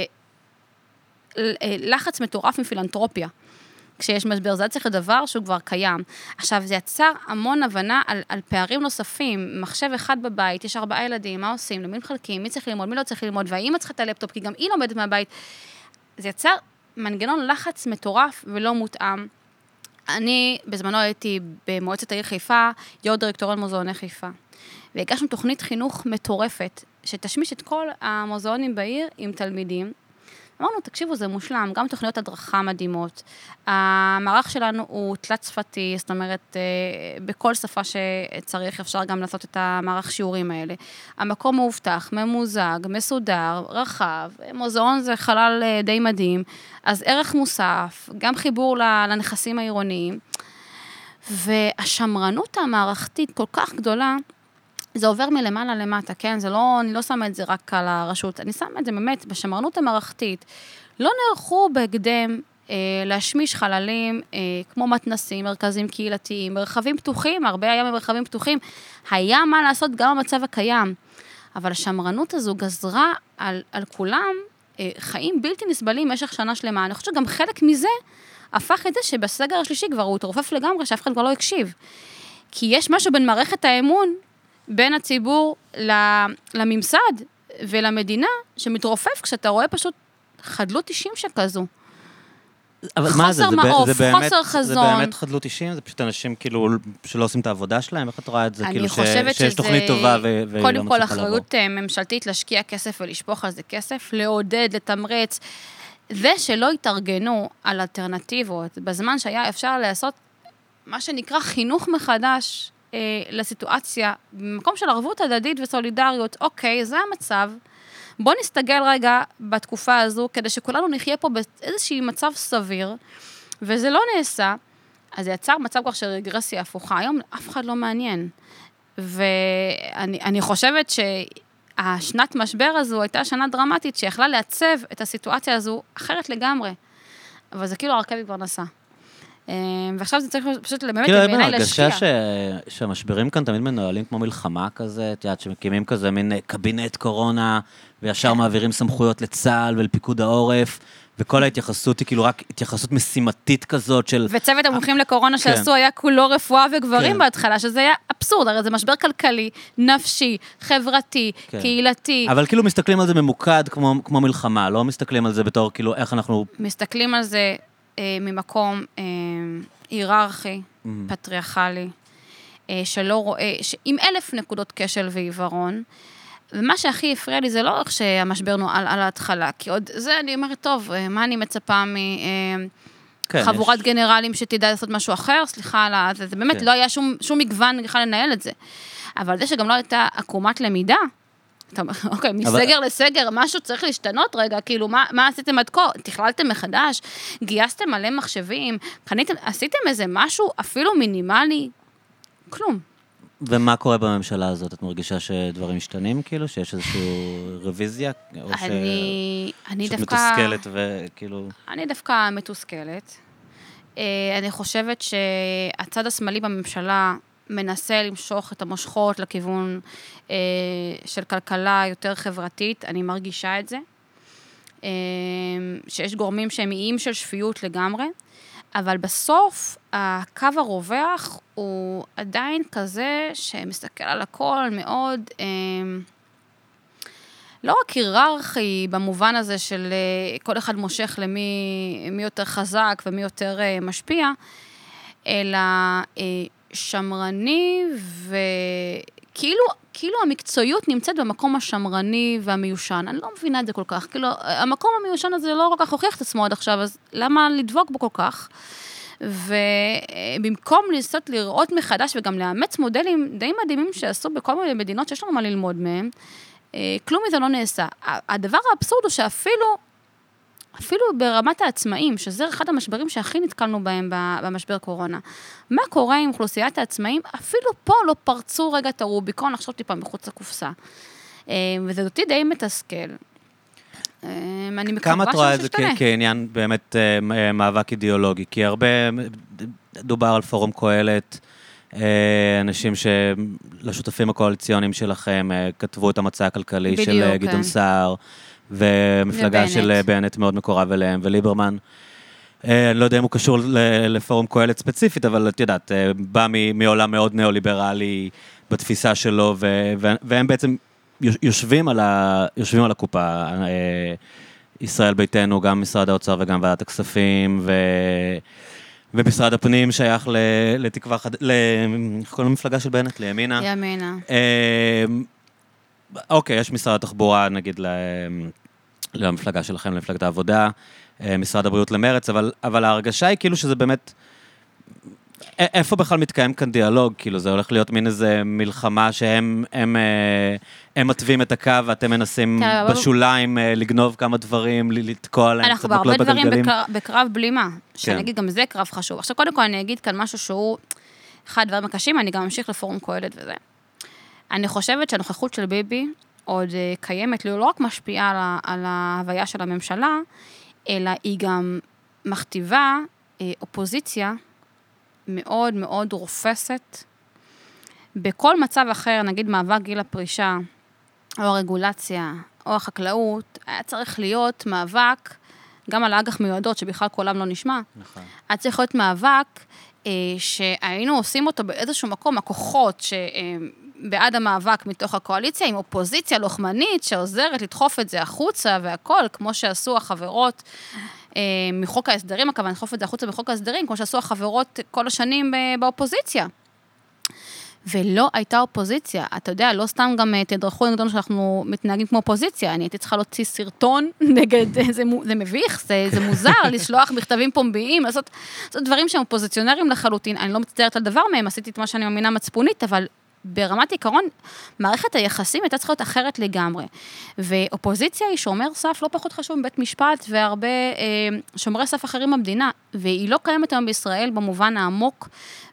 בלחץ מטורף מפילנטרופיה. כשיש משבר, זה צריך לדבר שהוא כבר קיים. עכשיו, זה יצר המון הבנה על פערים נוספים, מחשב אחד בבית, יש 4 ילדים, מה עושים, למי מחלקים, מי צריך ללמוד, מי לא צריך ללמוד, והאמא צריכה את הלפטופ, כי גם היא לומדת מהבית. זה יצר מנגנון לחץ מטורף ולא מותאם. אני בזמנו הייתי במועצת העיר חיפה, יו"ר דירקטוריון מוזיאוני חיפה. והגשנו תוכנית חינוך מטורפת, שתשמיש את כל המוזיאונים בעיר עם תלמידים. אמרנו, תקשיבו, זה מושלם, גם תוכניות הדרכה מדהימות. המערך שלנו הוא תלת שפתי, זאת אומרת, בכל שפה שצריך אפשר גם לעשות את המערך שיעורים האלה. המקום מאובטח, ממוזג, מסודר, רחב, מוזיאון זה חלל די מדהים, אז ערך מוסף, גם חיבור לנכסים העירוניים, והשמרנות המערכתית כל כך גדולה, זה עובר מלמעלה למטה, כן? זה לא, אני לא שמה את זה רק על הרשות, אני שמה את זה באמת בשמרנות המערכתית. לא נערכו בהקדם להשמיש חללים כמו מתנסים, מרכזים קהילתיים, מרחבים פתוחים, הרבה היה מרחבים פתוחים, היה מה לעשות גם במצב הקיים. אבל השמרנות הזו גזרה על כולם חיים בלתי נסבלים במשך שנה שלמה. אני חושבת שגם חלק מזה הפך את זה שבסגר השלישי כבר הוא התרופף לגמרי, שאף אחד כבר לא הקשיב. כי יש משהו בין מערכת האמון, בין הציבור לממסד ולמדינה, שמתרופף כשאתה רואה פשוט חדלות 90 שכזו. אבל מה זה? חוסר מעוף, חוסר זה חזון. באמת חדלות 90? זה פשוט אנשים כאילו שלא עושים את העבודה שלהם? איך את רואה את זה? כאילו חושבת שיש תוכנית טובה והיא לא קודם כל מצליחה לעבור. אחריות ממשלתית להשקיע כסף ולשפוך על זה כסף, לעודד, לתמרץ, ושלא יתארגנו על אלטרנטיבות, בזמן שהיה אפשר לעשות מה שנקרא חינוך מחדש לסיטואציה, במקום של ערבות הדדית וסולידריות, אוקיי, זה המצב, בוא נסתגל רגע בתקופה הזו, כדי שכולנו נחיה פה באיזשהו מצב סביר, וזה לא נעשה, אז זה יצר מצב כבר של רגרסיה הפוכה, היום אף אחד לא מעניין, ואני חושבת שהשנת משבר הזו הייתה שנה דרמטית, שיכלה לעצב את הסיטואציה הזו אחרת לגמרי, אבל זה כאילו הרכבי כבר נסע. ועכשיו זה צריך פשוט באמת בעיניי להשקיע. הרגשה שהמשברים כאן תמיד מנוהלים כמו מלחמה כזה, את יודעת, שמקימים כזה מין קבינט קורונה, וישר מעבירים סמכויות לצה"ל ולפיקוד העורף, וכל ההתייחסות היא כאילו רק התייחסות משימתית כזאת של... וצוות המומחים לקורונה שעשו היה כולו רפואה וגברים בהתחלה, שזה היה אבסורד, הרי זה משבר כלכלי, נפשי, חברתי, קהילתי. אבל כאילו מסתכלים על זה ממוקד כמו מלחמה, לא מסתכלים על זה בתור כאילו איך אנחנו... מסתכלים על זה ממקום היררכי, פטריארכלי, שלא רואה, עם 1000 נקודות כשל ועיוורון, ומה שהכי הפריע לי זה לא איך שהמשבר נועל על ההתחלה, כי עוד זה אני אומרת, טוב, מה אני מצפה מחבורת גנרלים שתדע לעשות משהו אחר, סליחה, זה באמת לא היה שום מגוון בכלל לנהל את זה, אבל זה שגם לא הייתה עקומת למידה, אוקיי, מסגר לסגר, משהו צריך להשתנות רגע, כאילו, מה עשיתם עד כה? תכללתם מחדש? גייסתם מלא מחשבים? עשיתם איזה משהו אפילו מינימלי? כלום. ומה קורה בממשלה הזאת? את מרגישה שדברים משתנים, כאילו? שיש איזושהי רוויזיה? אני שאת דווקא... מתוסכלת וכאילו... אני דווקא מתוסכלת. אני חושבת שהצד השמאלי בממשלה מנסה למשוך את המושכות לכיוון של כלכלה יותר חברתית, אני מרגישה את זה. שיש גורמים שהם איים של שפיות לגמרי, אבל בסוף הקו הרווח הוא עדיין כזה שמסתכל על הכל מאוד, לא רק היררכי במובן הזה של כל אחד מושך למי יותר חזק ומי יותר משפיע, אלא שמרני כאילו המקצועיות נמצאת במקום השמרני והמיושן. אני לא מבינה את זה כל כך. כאילו, המקום המיושן הזה לא כל כך הוכיח את עצמו עד עכשיו, אז למה לדבוק בו כל כך? ובמקום לנסות לראות מחדש וגם לאמץ מודלים די מדהימים שעשו בכל מיני מדינות שיש לנו מה ללמוד מהם, כלום מזה לא נעשה. הדבר האבסורד הוא אפילו ברמת העצמאים, שזה אחד המשברים שהכי נתקלנו בהם במשבר קורונה. מה קורה עם אוכלוסיית העצמאים? אפילו פה לא פרצו רגע את הרוביקון, לחשוב טיפה מחוץ לקופסה. וזה אותי די מתסכל. אני מקווה כמה את רואה את זה שתשתנה. כעניין באמת מאבק אידיאולוגי? כי הרבה דובר על פורום קהלת, אנשים שלשותפים הקואליציוניים שלכם כתבו את המצע הכלכלי של בדיוק, גדעון כן. סער, ומפלגה של בנט מאוד מקורב אליהם, וליברמן. אני לא יודע אם הוא קשור לפורום קהלת ספציפית, אבל את יודעת, בא מעולם מאוד ניאו-ליברלי בתפיסה שלו, והם בעצם יושבים על הקופה, ישראל ביתנו, גם משרד האוצר וגם ועדת הכספים, ומשרד הפנים שייך לתקווה כל המפלגה של בנט, לימינה. ימינה. אוקיי, יש משרד התחבורה, נגיד, למפלגה שלכם, למפלגת העבודה, משרד הבריאות למרץ, אבל ההרגשה היא כאילו שזה באמת, איפה בכלל מתקיים כאן דיאלוג? כאילו זה הולך להיות מין איזה מלחמה שהם מטווים את הקו, ואתם מנסים בשוליים לגנוב כמה דברים, לתקוע להם קצת מקלות בגלגלים. אנחנו בהרבה דברים בקרב בלימה, שאני אגיד גם זה קרב חשוב. עכשיו קודם כל אני אגיד כאן משהו שהוא אחד הדברים הקשים, אני גם אמשיך לפורום קהלת וזה. אני חושבת שהנוכחות של ביבי עוד קיימת, לא רק משפיעה על ההוויה של הממשלה, אלא היא גם מכתיבה אופוזיציה מאוד מאוד רופסת. בכל מצב אחר, נגיד מאבק גיל הפרישה, או הרגולציה, או החקלאות, היה צריך להיות מאבק, גם על האג"ח מיועדות, שבכלל קולם לא נשמע. נכון. היה צריך להיות מאבק שהיינו עושים אותו באיזשהו מקום, הכוחות שבעד המאבק מתוך הקואליציה, עם אופוזיציה לוחמנית שעוזרת לדחוף את זה החוצה והכל, כמו שעשו החברות מחוק ההסדרים, הכוונה לדחוף את זה החוצה בחוק ההסדרים, כמו שעשו החברות כל השנים באופוזיציה. ולא הייתה אופוזיציה. אתה יודע, לא סתם גם תדרכו נגדנו שאנחנו מתנהגים כמו אופוזיציה. אני הייתי צריכה להוציא סרטון נגד, זה מביך, זה מוזר, לשלוח מכתבים פומביים, לעשות דברים שהם אופוזיציונרים לחלוטין. אני לא מצטערת על דבר מהם, עשיתי את מה שאני מאמינה מצפונית, אבל ברמת עיקרון, מערכת היחסים הייתה צריכה להיות אחרת לגמרי. ואופוזיציה היא שומר סף לא פחות חשוב מבית משפט, והרבה שומרי סף אחרים במדינה, והיא לא קיימת היום בישראל במובן העמוק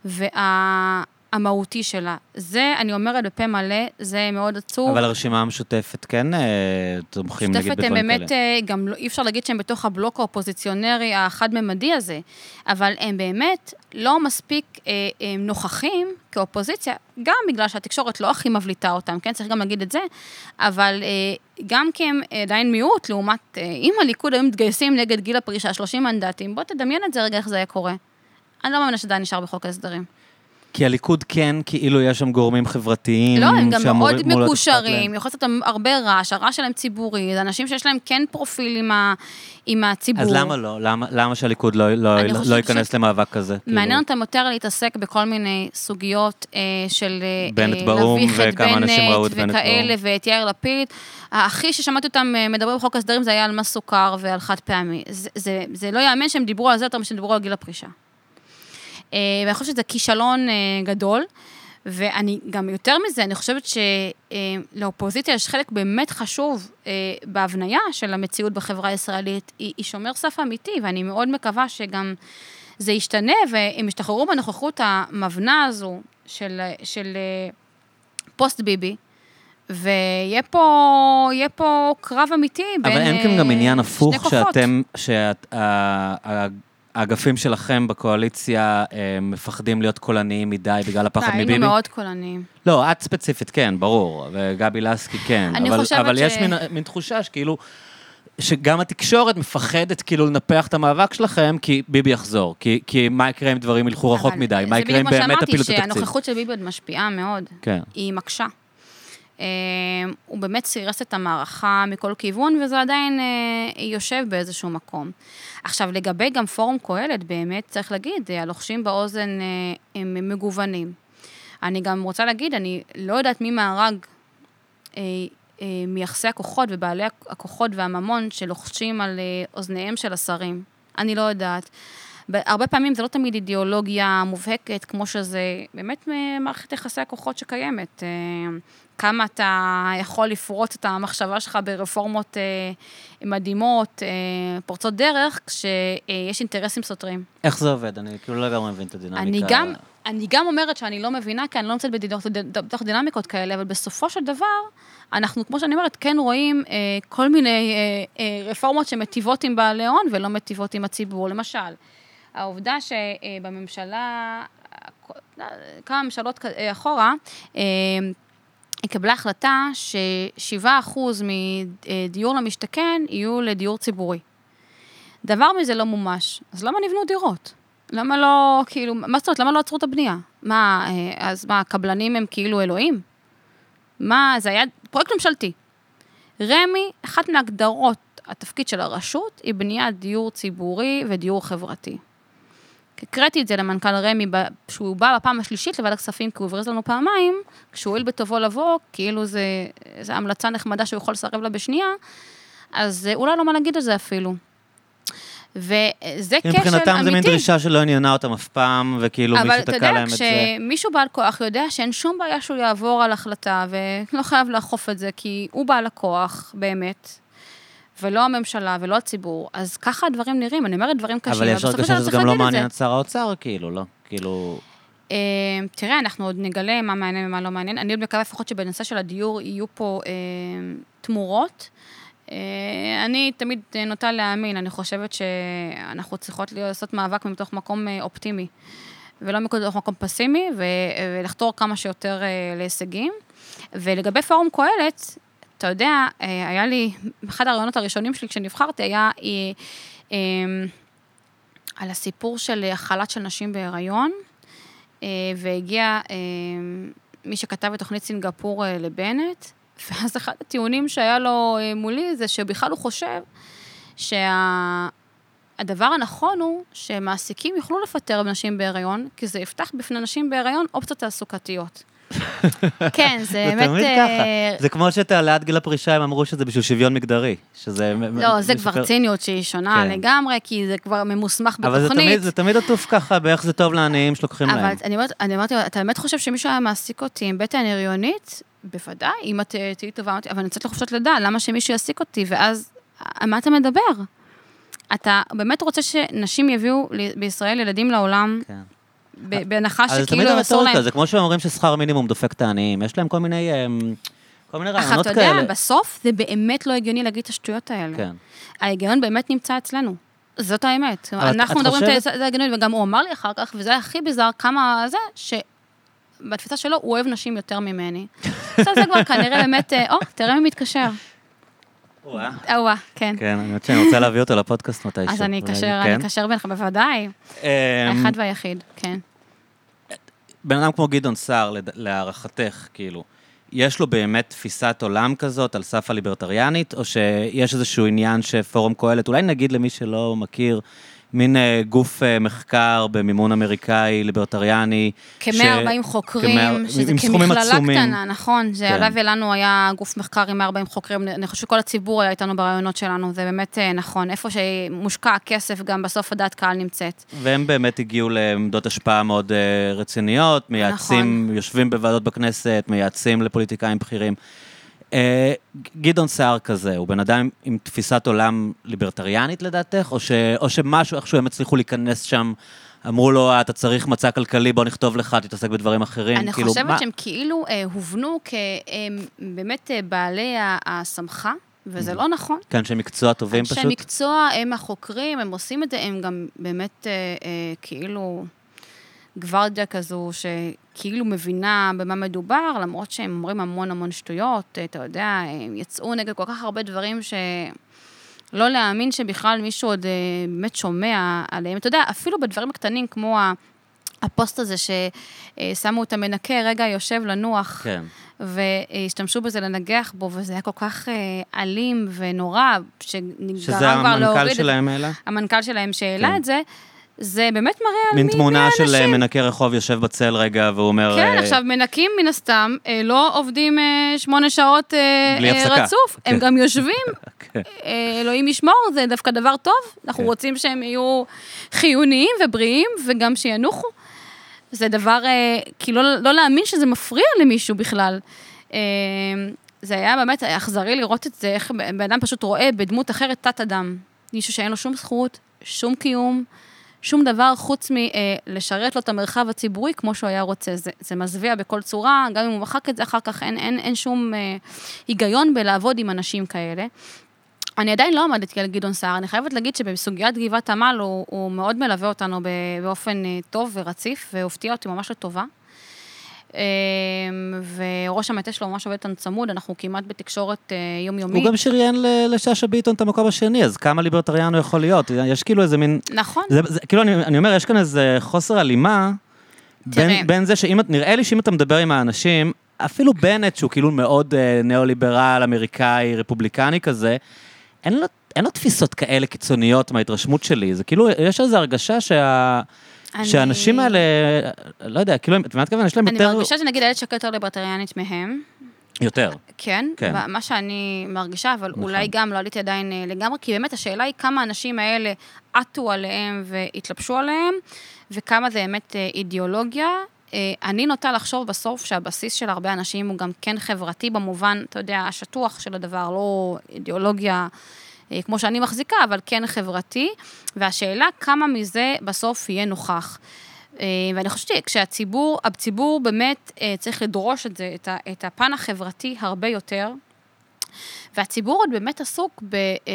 המהותי שלה. זה, אני אומרת בפה מלא, זה מאוד עצוב. אבל הרשימה המשותפת כן תומכים נגיד בדברים כאלה. משותפת הם באמת, גם אי אפשר להגיד שהם בתוך הבלוק האופוזיציונרי החד-ממדי הזה, אבל הם באמת לא מספיק נוכחים כאופוזיציה, גם בגלל שהתקשורת לא הכי מבליטה אותם, כן, צריך גם להגיד את זה, אבל גם כי הם עדיין מיעוט, לעומת, אם הליכוד היו מתגייסים נגד גיל הפרישה, 30 מנדטים, בוא תדמיין את זה רגע איך זה היה קורה. אני לא מאמינה שזה נשאר בחוק ההסדרים. כי הליכוד כן, כאילו יש שם גורמים חברתיים. לא, הם גם מאוד מקושרים, יכול להיות הרבה רעש, הרעש שלהם ציבורי, זה אנשים שיש להם כן פרופיל עם הציבור. אז למה לא? למה שהליכוד לא ייכנס למאבק כזה? מעניין אותם יותר להתעסק בכל מיני סוגיות של בנט באום, וכמה אנשים ראו את בנט באום. וכאלה, ואת יאיר לפיד. הכי ששמעתי אותם מדברים בחוק הסדרים, זה היה על מס סוכר ועל חד פעמי. זה לא יאמן שהם דיברו על זה יותר משהם דיברו על גיל הפרישה. ואני חושבת שזה כישלון גדול, ואני גם יותר מזה, אני חושבת שלאופוזיציה יש חלק באמת חשוב בהבניה של המציאות בחברה הישראלית, היא שומר סף אמיתי, ואני מאוד מקווה שגם זה ישתנה, והם ישתחררו בנוכחות המבנה הזו של פוסט ביבי, ויהיה פה קרב אמיתי בין אבל אין כאן גם עניין הפוך האגפים שלכם בקואליציה מפחדים להיות קולניים מדי בגלל הפחד מביבי? היינו מאוד קולניים. לא, את ספציפית, כן, ברור, וגבי לסקי, כן. אבל יש מין תחושה שכאילו, שגם התקשורת מפחדת כאילו לנפח את המאבק שלכם, כי ביבי יחזור. כי מה יקרה אם דברים ילכו רחוק מדי? מה יקרה אם באמת הפילו את התקציב? שהנוכחות של ביבי עוד משפיעה מאוד. היא מקשה. הוא באמת סירס את המערכה מכל כיוון, וזה עדיין יושב באיזשהו מקום. עכשיו, לגבי גם פורום קהלת, באמת צריך להגיד, הלוחשים באוזן הם מגוונים. אני גם רוצה להגיד, אני לא יודעת מי מהרג מייחסי הכוחות ובעלי הכוחות והממון שלוחשים על אוזניהם של השרים. אני לא יודעת. הרבה פעמים זה לא תמיד אידיאולוגיה מובהקת, כמו שזה באמת מערכת יחסי הכוחות שקיימת. כמה אתה יכול לפרוץ את המחשבה שלך ברפורמות מדהימות, פורצות דרך, כשיש אינטרסים סותרים. איך זה עובד? אני כאילו לא גם מבין את הדינמיקה. אני גם אומרת שאני לא מבינה, כי אני לא נמצאת בתוך דינמיקות כאלה, אבל בסופו של דבר, אנחנו, כמו שאני אומרת, כן רואים כל מיני רפורמות שמטיבות עם בעלי הון, ולא מטיבות עם הציבור. למשל, העובדה שבממשלה, כמה ממשלות אחורה, היא קבלה החלטה ש7% מדיור למשתכן יהיו לדיור ציבורי. דבר מזה לא מומש. אז למה נבנו דירות? למה לא, כאילו, מה זאת אומרת, למה לא עצרו את הבנייה? אז מה, הקבלנים הם כאילו אלוהים? זה היה פרויקט ממשלתי. רמי, אחת מהגדרות התפקיד של הרשות, היא בניית דיור ציבורי ודיור חברתי. הקראתי את זה למנכ"ל רמי, שהוא בא בפעם השלישית לוועדת הכספים, כי הוא הבריז לנו פעמיים, כשהוא הועיל בטובו לבוא, כאילו זה המלצה נחמדה שהוא יכול לסרב לה בשנייה, אז אולי לא מה להגיד על זה אפילו. וזה כשל אמיתי. מבחינתם זה מין דרישה שלא עניינה אותם אף פעם, וכאילו מישהו תקע להם את זה. אבל אתה יודע, כשמישהו בעל כוח יודע שאין שום בעיה שהוא יעבור על החלטה, ולא חייב לאכוף את זה, כי הוא בעל הכוח, באמת, ולא הממשלה, ולא הציבור, אז ככה הדברים נראים, אני אומרת דברים קשים. אבל יש הרגשה שזה גם לא מעניין את שר האוצר, כאילו, לא? כאילו... תראה, אנחנו עוד נגלה מה מעניין ומה לא מעניין. אני עוד מקווה לפחות שבנושא של הדיור יהיו פה תמורות. אני תמיד נוטה להאמין, אני חושבת שאנחנו צריכות לעשות מאבק מתוך מקום אופטימי, ולא מתוך מקום פסימי, ולחתור כמה שיותר להישגים. ולגבי פורום קהלת, אתה יודע, היה לי, אחד הרעיונות הראשונים שלי כשנבחרתי, היה על הסיפור של החל"ת של נשים בהיריון, והגיע מי שכתב את תוכנית סינגפור לבנט, ואז אחד הטיעונים שהיה לו מולי, זה שבכלל הוא חושב שהדבר הנכון הוא שמעסיקים יוכלו לפטר נשים בהיריון, כי זה יפתח בפני נשים בהיריון אופציות תעסוקתיות. כן, זה באמת... זה תמיד ככה. זה כמו שתעלת גיל הפרישה, הם אמרו שזה בשביל שוויון מגדרי. לא, זה כבר ציניות שהיא שונה לגמרי, כי זה כבר ממוסמך בתוכנית. אבל זה תמיד עטוף ככה, באיך זה טוב לעניים שלוקחים להם. אבל אני אמרתי, אתה באמת חושב שמישהו היה מעסיק אותי עם בטן הריונית? בוודאי, אם את תהיי טובה, אבל אני יוצאת לחופשות לידה, למה שמישהו יעסיק אותי? ואז, מה אתה מדבר? אתה באמת רוצה שנשים יביאו בישראל ילדים לעולם, בהנחה שכאילו אסור להם. זה כמו שאומרים ששכר מינימום דופק את העניים, יש להם כל מיני רעיונות כאלה. אתה יודע, בסוף זה באמת לא הגיוני להגיד את השטויות האלה. ההיגיון באמת נמצא אצלנו. זאת האמת. אנחנו מדברים את ההגיון, וגם הוא אמר לי אחר כך, וזה הכי ביזר כמה זה, שבתפיסה שלו הוא אוהב נשים יותר ממני. זה כבר כנראה באמת, תראה מי מתקשר. כן. כן, אני רוצה להביא אותו לפודקאסט מתישהו. אז אני אקשר בינך בוודאי. האחד והיחיד, כן. בן אדם כמו גדעון סער, להערכתך, כאילו, יש לו באמת תפיסת עולם כזאת על סף הליברטריאנית, או שיש איזשהו עניין שפורום קהלת, אולי נגיד למי שלא מכיר, מין גוף מחקר במימון אמריקאי, ליברטריאני. כ-140 חוקרים, שזה כמכללה קטנה, נכון? זה עליו ולנו היה גוף מחקר עם 140 חוקרים, אני חושב שכל הציבור היה איתנו ברעיונות שלנו, זה באמת נכון, איפה שמושקע הכסף, גם בסוף הדעת קהל נמצאת. והם באמת הגיעו לעמדות השפעה מאוד רציניות, מייעצים, יושבים בוועדות בכנסת, מייעצים לפוליטיקאים בכירים. גדעון סער כזה, הוא בן אדם עם תפיסת עולם ליברטריאנית לדעתך, או שמשהו, איכשהו הם הצליחו להיכנס שם, אמרו לו, אתה צריך מצע כלכלי, בוא נכתוב לך, תתעסק בדברים אחרים. אני חושבת שהם כאילו הובנו כבאמת בעלי הסמכה, וזה לא נכון. כן, שהם מקצוע טובים פשוט. שהם מקצוע, הם החוקרים, הם עושים את זה, הם גם באמת כאילו... גוורדיה כזו שכאילו מבינה במה מדובר, למרות שהם אומרים המון שטויות, אתה יודע, הם יצאו נגד כל כך הרבה דברים שלא להאמין שבכלל מישהו עוד באמת שומע עליהם. אתה יודע, אפילו בדברים הקטנים כמו הפוסט הזה ששמו את המנקה, רגע יושב לנוח, כן. והשתמשו בזה לנגח בו, וזה היה כל כך אלים ונורא, שזה המנכ"ל שלהם העלה? המנכ"ל שלהם שהעלה את זה, זה באמת מראה על מין מי תמונה של האנשים. מנקה רחוב יושב בצל רגע, והוא אומר... כן, עכשיו מנקים מן הסתם, לא עובדים 8 שעות בלי הפסקה. רצוף, הם גם יושבים, כן. אלוהים ישמור, זה דווקא דבר טוב, אנחנו רוצים שהם יהיו חיוניים ובריאים, וגם שינוחו. זה דבר, כאילו לא להאמין שזה מפריע למישהו בכלל. זה היה באמת אכזרי לראות את זה, איך בן אדם פשוט רואה בדמות אחרת תת אדם. מישהו שאין לו שום זכות, שום קיום, שום דבר חוץ מלשרת לו את המרחב הציבורי כמו שהוא היה רוצה. זה מזוויע בכל צורה, גם אם הוא מחק את זה אחר כך, אין שום היגיון בלעבוד עם אנשים כאלה. אני עדיין לא עמדתי על גדעון סער, אני חייבת להגיד שבסוגיית גבעת עמל הוא מאוד מלווה אותנו באופן טוב ורציף, והופתיע אותי ממש לטובה. וראש המטה שלו ממש עובד אותנו צמוד, אנחנו כמעט בתקשורת יומיומית. הוא גם שריין לששה ביטון את המקום השני, אז כמה ליברטריאן הוא יכול להיות? יש כאילו איזה מין... נכון. כאילו אני אומר, יש כאן איזה חוסר הלימה, בין זה נראה לי שאם אתה מדבר עם האנשים, אפילו בנט, שהוא כאילו מאוד ניאו-ליברל, אמריקאי, רפובליקני כזה, אין לו תפיסות כאלה קיצוניות מההתרשמות שלי, זה כאילו, יש איזו הרגשה שהאנשים האלה, לא יודע, כאילו, את יודעת כמה, יש להם יותר... אני מרגישה שנגיד איילת שקד יותר ליברטריאנית מהם. יותר. כן, מה שאני מרגישה, אבל אולי גם לא עליתי עדיין לגמרי, כי באמת השאלה היא כמה האנשים האלה עטו עליהם והתלבשו עליהם, וכמה זה באמת אידיאולוגיה. אני נוטה לחשוב בסוף שהבסיס של הרבה אנשים הוא גם כן חברתי במובן, אתה יודע, השטוח של הדבר, לא אידיאולוגיה כמו שאני מחזיקה, אבל כן חברתי, והשאלה כמה מזה בסוף יהיה נוכח. ואני חושבת כשהציבור באמת צריך לדרוש את זה, את הפן החברתי הרבה יותר, והציבור עוד באמת עסוק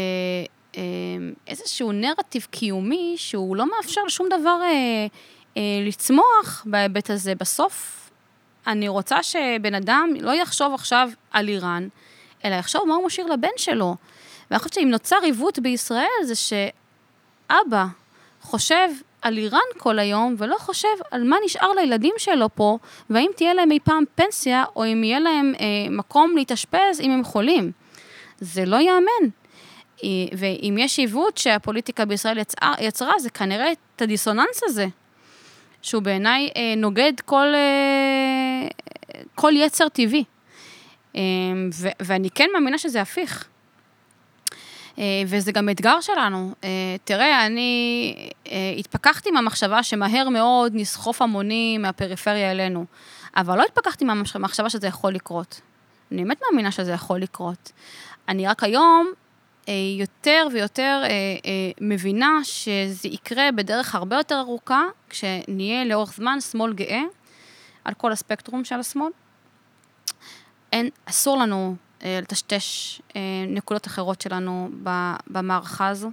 באיזשהו נרטיב קיומי, שהוא לא מאפשר לשום דבר לצמוח בהיבט הזה. בסוף אני רוצה שבן אדם לא יחשוב עכשיו על איראן, אלא יחשוב מה הוא משאיר לבן שלו. ואני חושבת שאם נוצר עיוות בישראל, זה שאבא חושב על איראן כל היום, ולא חושב על מה נשאר לילדים שלו פה, והאם תהיה להם אי פעם פנסיה, או אם יהיה להם מקום להתאשפז אם הם חולים. זה לא יאמן. ואם יש עיוות שהפוליטיקה בישראל יצרה, זה כנראה את הדיסוננס הזה, שהוא בעיניי נוגד כל יצר טבעי. ואני כן מאמינה שזה הפיך. וזה גם אתגר שלנו. תראה, אני התפקחתי מהמחשבה שמהר מאוד נסחוף המוני מהפריפריה אלינו, אבל לא התפקחתי מהמחשבה שזה יכול לקרות. אני באמת מאמינה שזה יכול לקרות. אני רק היום יותר ויותר מבינה שזה יקרה בדרך הרבה יותר ארוכה, כשנהיה לאורך זמן שמאל גאה, על כל הספקטרום של השמאל. אסור לנו לטשטש נקודות אחרות שלנו במערכה הזו.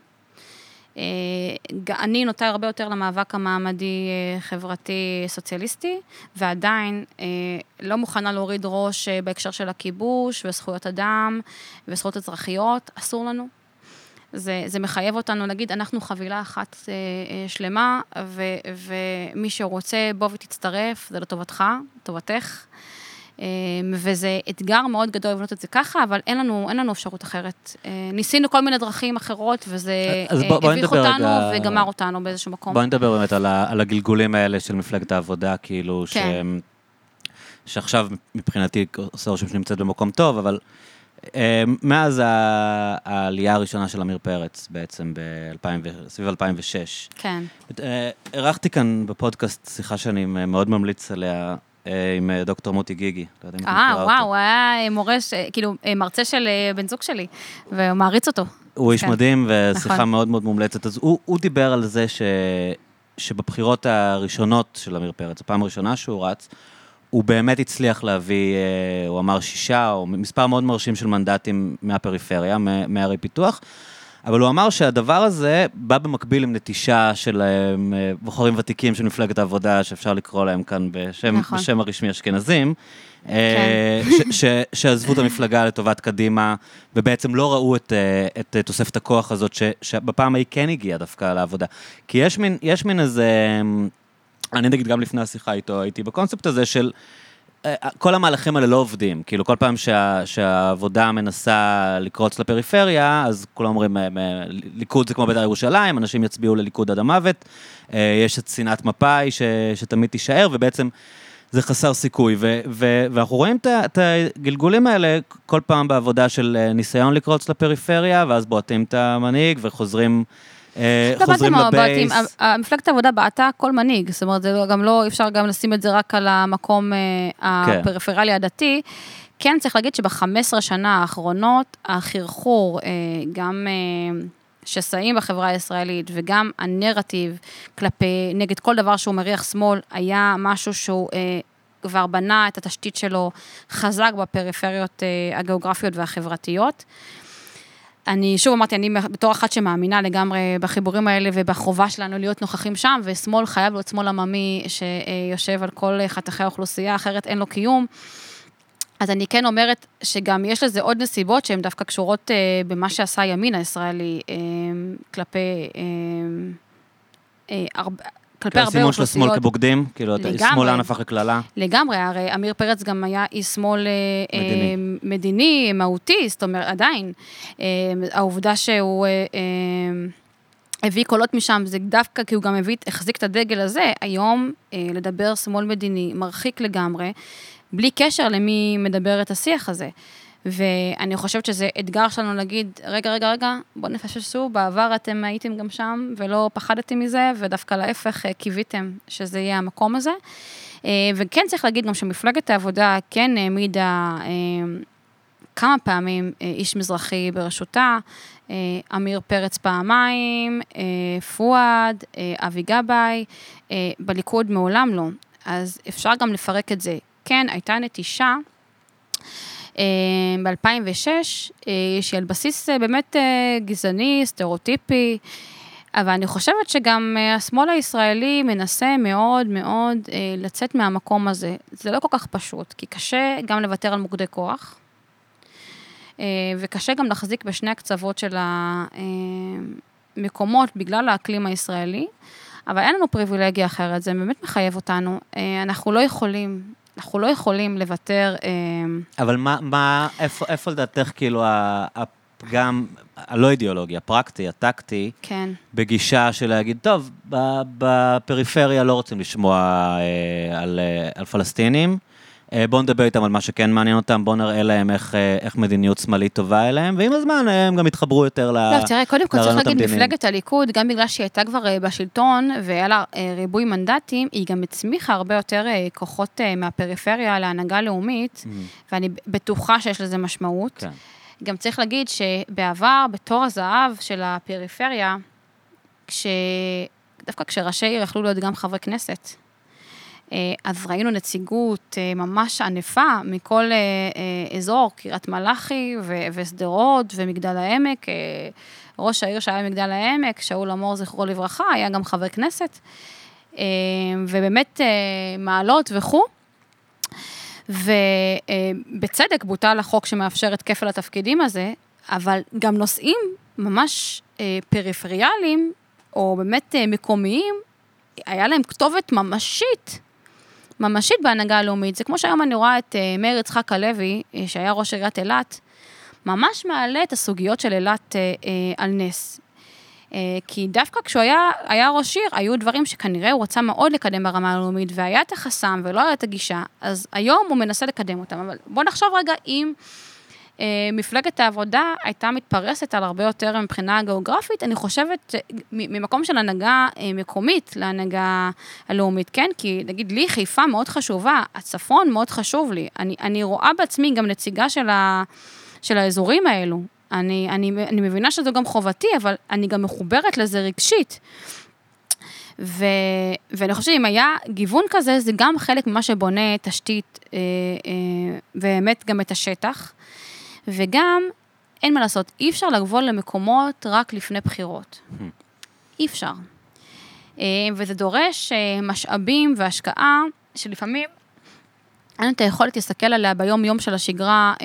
אני נוטה הרבה יותר למאבק המעמדי חברתי סוציאליסטי, ועדיין לא מוכנה להוריד ראש בהקשר של הכיבוש וזכויות אדם וזכויות אזרחיות, אסור לנו. זה מחייב אותנו, נגיד, אנחנו חבילה אחת שלמה, ומי שרוצה בוא ותצטרף, זה לטובתך, לטובתך. וזה אתגר מאוד גדול לבנות את זה ככה, אבל אין לנו אפשרות אחרת. ניסינו כל מיני דרכים אחרות, וזה הביך אותנו וגמר אותנו באיזשהו מקום. בואי נדבר באמת על הגלגולים האלה של מפלגת העבודה, כאילו שעכשיו מבחינתי עושה רושם שנמצאת במקום טוב, אבל מאז העלייה הראשונה של אמיר פרץ, בעצם סביב 2006. כן. ערכתי כאן בפודקאסט שיחה שאני מאוד ממליץ עליה, עם דוקטור מוטי גיגי. וואו, הוא היה כאילו מרצה של בן זוג שלי, והוא מעריץ אותו. הוא איש מדהים, ושיחה מאוד מאוד מומלצת. אז הוא דיבר על זה שבבחירות הראשונות של אמיר פרץ, הפעם הראשונה שהוא רץ, הוא באמת הצליח להביא, הוא אמר 6, או מספר מאוד מרשים של מנדטים מהפריפריה, מערי פיתוח, אבל הוא אמר שהדבר הזה בא במקביל עם נטישה של בוחרים ותיקים של מפלגת העבודה, שאפשר לקרוא להם כאן בשם הרשמי אשכנזים, שעזבו את המפלגה לטובת קדימה, ובעצם לא ראו את תוספת הכוח הזאת, שבפעם ההיא כן הגיעה דווקא לעבודה. כי יש מין איזה, אני נגיד גם לפני השיחה איתו, הייתי בקונספט הזה של, כל המהלכים האלה לא עובדים, כאילו כל פעם שהעבודה מנסה לקרוץ לפריפריה, אז כולם אומרים, ליכוד זה כמו בית"ר ירושלים, אנשים יצביעו לליכוד עד המוות, יש את שנאת מפא"י שתמיד תישאר, ובעצם זה חסר סיכוי, ואנחנו רואים את הגלגולים האלה כל פעם בעבודה של ניסיון לקרוץ לפריפריה, ואז בועטים את המנהיג וחוזרים לבייס. מפלגת העבודה בעטה כל מנהיג, זאת אומרת, זה גם לא, אפשר גם לשים את זה רק על המקום הפריפריאלי הדתי, כן צריך להגיד שב-15 שנה האחרונות, החרחור, גם שסעים בחברה הישראלית, וגם הנרטיב נגד כל דבר שהוא מריח שמאל, היה משהו שהוא כבר בנה את התשתית שלו חזק בפריפריות הגיאוגרפיות והחברתיות. אני שוב אמרתי, אני בתור אחת שמאמינה לגמרי בחיבורים האלה ובחובה שלנו להיות נוכחים שם, ושמאל חייב להיות שמאל עממי שיושב על כל חתכי האוכלוסייה, אחרת אין לו קיום. אז אני כן אומרת שגם יש לזה עוד נסיבות שהן דווקא קשורות במה שעשה הימין הישראלי כלפי הרבה הסימון של השמאל כבוגדים, כאילו שמאלן הפך לכללה. לגמרי, הרי אמיר פרץ גם היה איש שמאל מדיני, מהותי, זאת אומרת, עדיין. העובדה שהוא הביא קולות משם, זה דווקא כי הוא גם החזיק את הדגל הזה, היום לדבר שמאל מדיני, מרחיק לגמרי, בלי קשר למי מדבר את השיח הזה. ואני חושבת שזה אתגר שלנו להגיד, רגע, בוא נפששו, בעבר אתם הייתם גם שם, ולא פחדתם מזה, ודווקא להפך קיוויתם שזה יהיה המקום הזה. וכן צריך להגיד גם שמפלגת העבודה כן העמידה כמה פעמים איש מזרחי בראשותה, אמיר פרץ פעמיים, פואד, אבי גבאי, בליכוד מעולם לא. אז אפשר גם לפרק את זה. כן, הייתה נטישה, ב-2006, שעל בסיס באמת גזעני, סטריאוטיפי, אבל אני חושבת שגם השמאל הישראלי מנסה מאוד מאוד לצאת מהמקום הזה. זה לא כל כך פשוט, כי קשה גם לוותר על מוקדי כוח, וקשה גם להחזיק בשני הקצוות של המקומות בגלל האקלים הישראלי, אבל אין לנו פריבילגיה אחרת, זה באמת מחייב אותנו. אנחנו לא יכולים לוותר. אבל איפה לדעתך כאילו הפגם, הלא אידיאולוגי, הפרקטי, הטקטי, כן. בגישה של להגיד, טוב, בפריפריה לא רוצים לשמוע על פלסטינים, בואו נדבר איתם על מה שכן מעניין אותם, בואו נראה להם איך מדיניות שמאלית טובה אליהם, ועם הזמן הם גם יתחברו יותר לרעיונות המדיניים. תראה, קודם כל צריך להגיד, מפלגת הליכוד, גם בגלל שהיא הייתה כבר בשלטון, והיה לה ריבוי מנדטים, היא גם הצמיחה הרבה יותר כוחות מהפריפריה להנהגה לאומית, ואני בטוחה שיש לזה משמעות. כן. גם צריך להגיד שבעבר, בתור הזהב של הפריפריה, דווקא כשראשי עיר יכלו להיות גם חברי כנסת, אז ראינו נציגות ממש ענפה מכל אזור, קריית מלאכי וסדרות ומגדל העמק, ראש העיר שהיה מגדל העמק, שאול אמור זכרו לברכה, היה גם חבר כנסת, ובאמת מעלות וכו', ובצדק בוטל החוק שמאפשר את כפל התפקידים הזה, אבל גם נושאים ממש פריפריאליים, או באמת מקומיים, היה להם כתובת ממשית בהנהגה הלאומית. זה כמו שהיום אני רואה את מאיר יצחק הלוי, שהיה ראש עיריית אילת, ממש מעלה את הסוגיות של אילת על נס. כי דווקא כשהוא היה ראש עיר, היו דברים שכנראה הוא רצה מאוד לקדם ברמה הלאומית, והיה את החסם ולא היה את הגישה, אז היום הוא מנסה לקדם אותם. אבל בוא נחשוב רגע אם מפלגת העבודה הייתה מתפרסת על הרבה יותר מבחינה גיאוגרפית, אני חושבת ממקום של הנהגה מקומית להנהגה הלאומית, כן? כי נגיד לי חיפה מאוד חשובה, הצפון מאוד חשוב לי, אני רואה בעצמי גם נציגה של האזורים האלו, אני מבינה שזו גם חובתי, אבל אני גם מחוברת לזה רגשית, ואני חושבת שאם היה גיוון כזה, זה גם חלק ממה שבונה תשתית, באמת גם את השטח, וגם, אין מה לעשות, אי אפשר לגבול למקומות רק לפני בחירות. אי אפשר. וזה דורש משאבים והשקעה, שלפעמים אין את היכולת להסתכל עליה ביום-יום של השגרה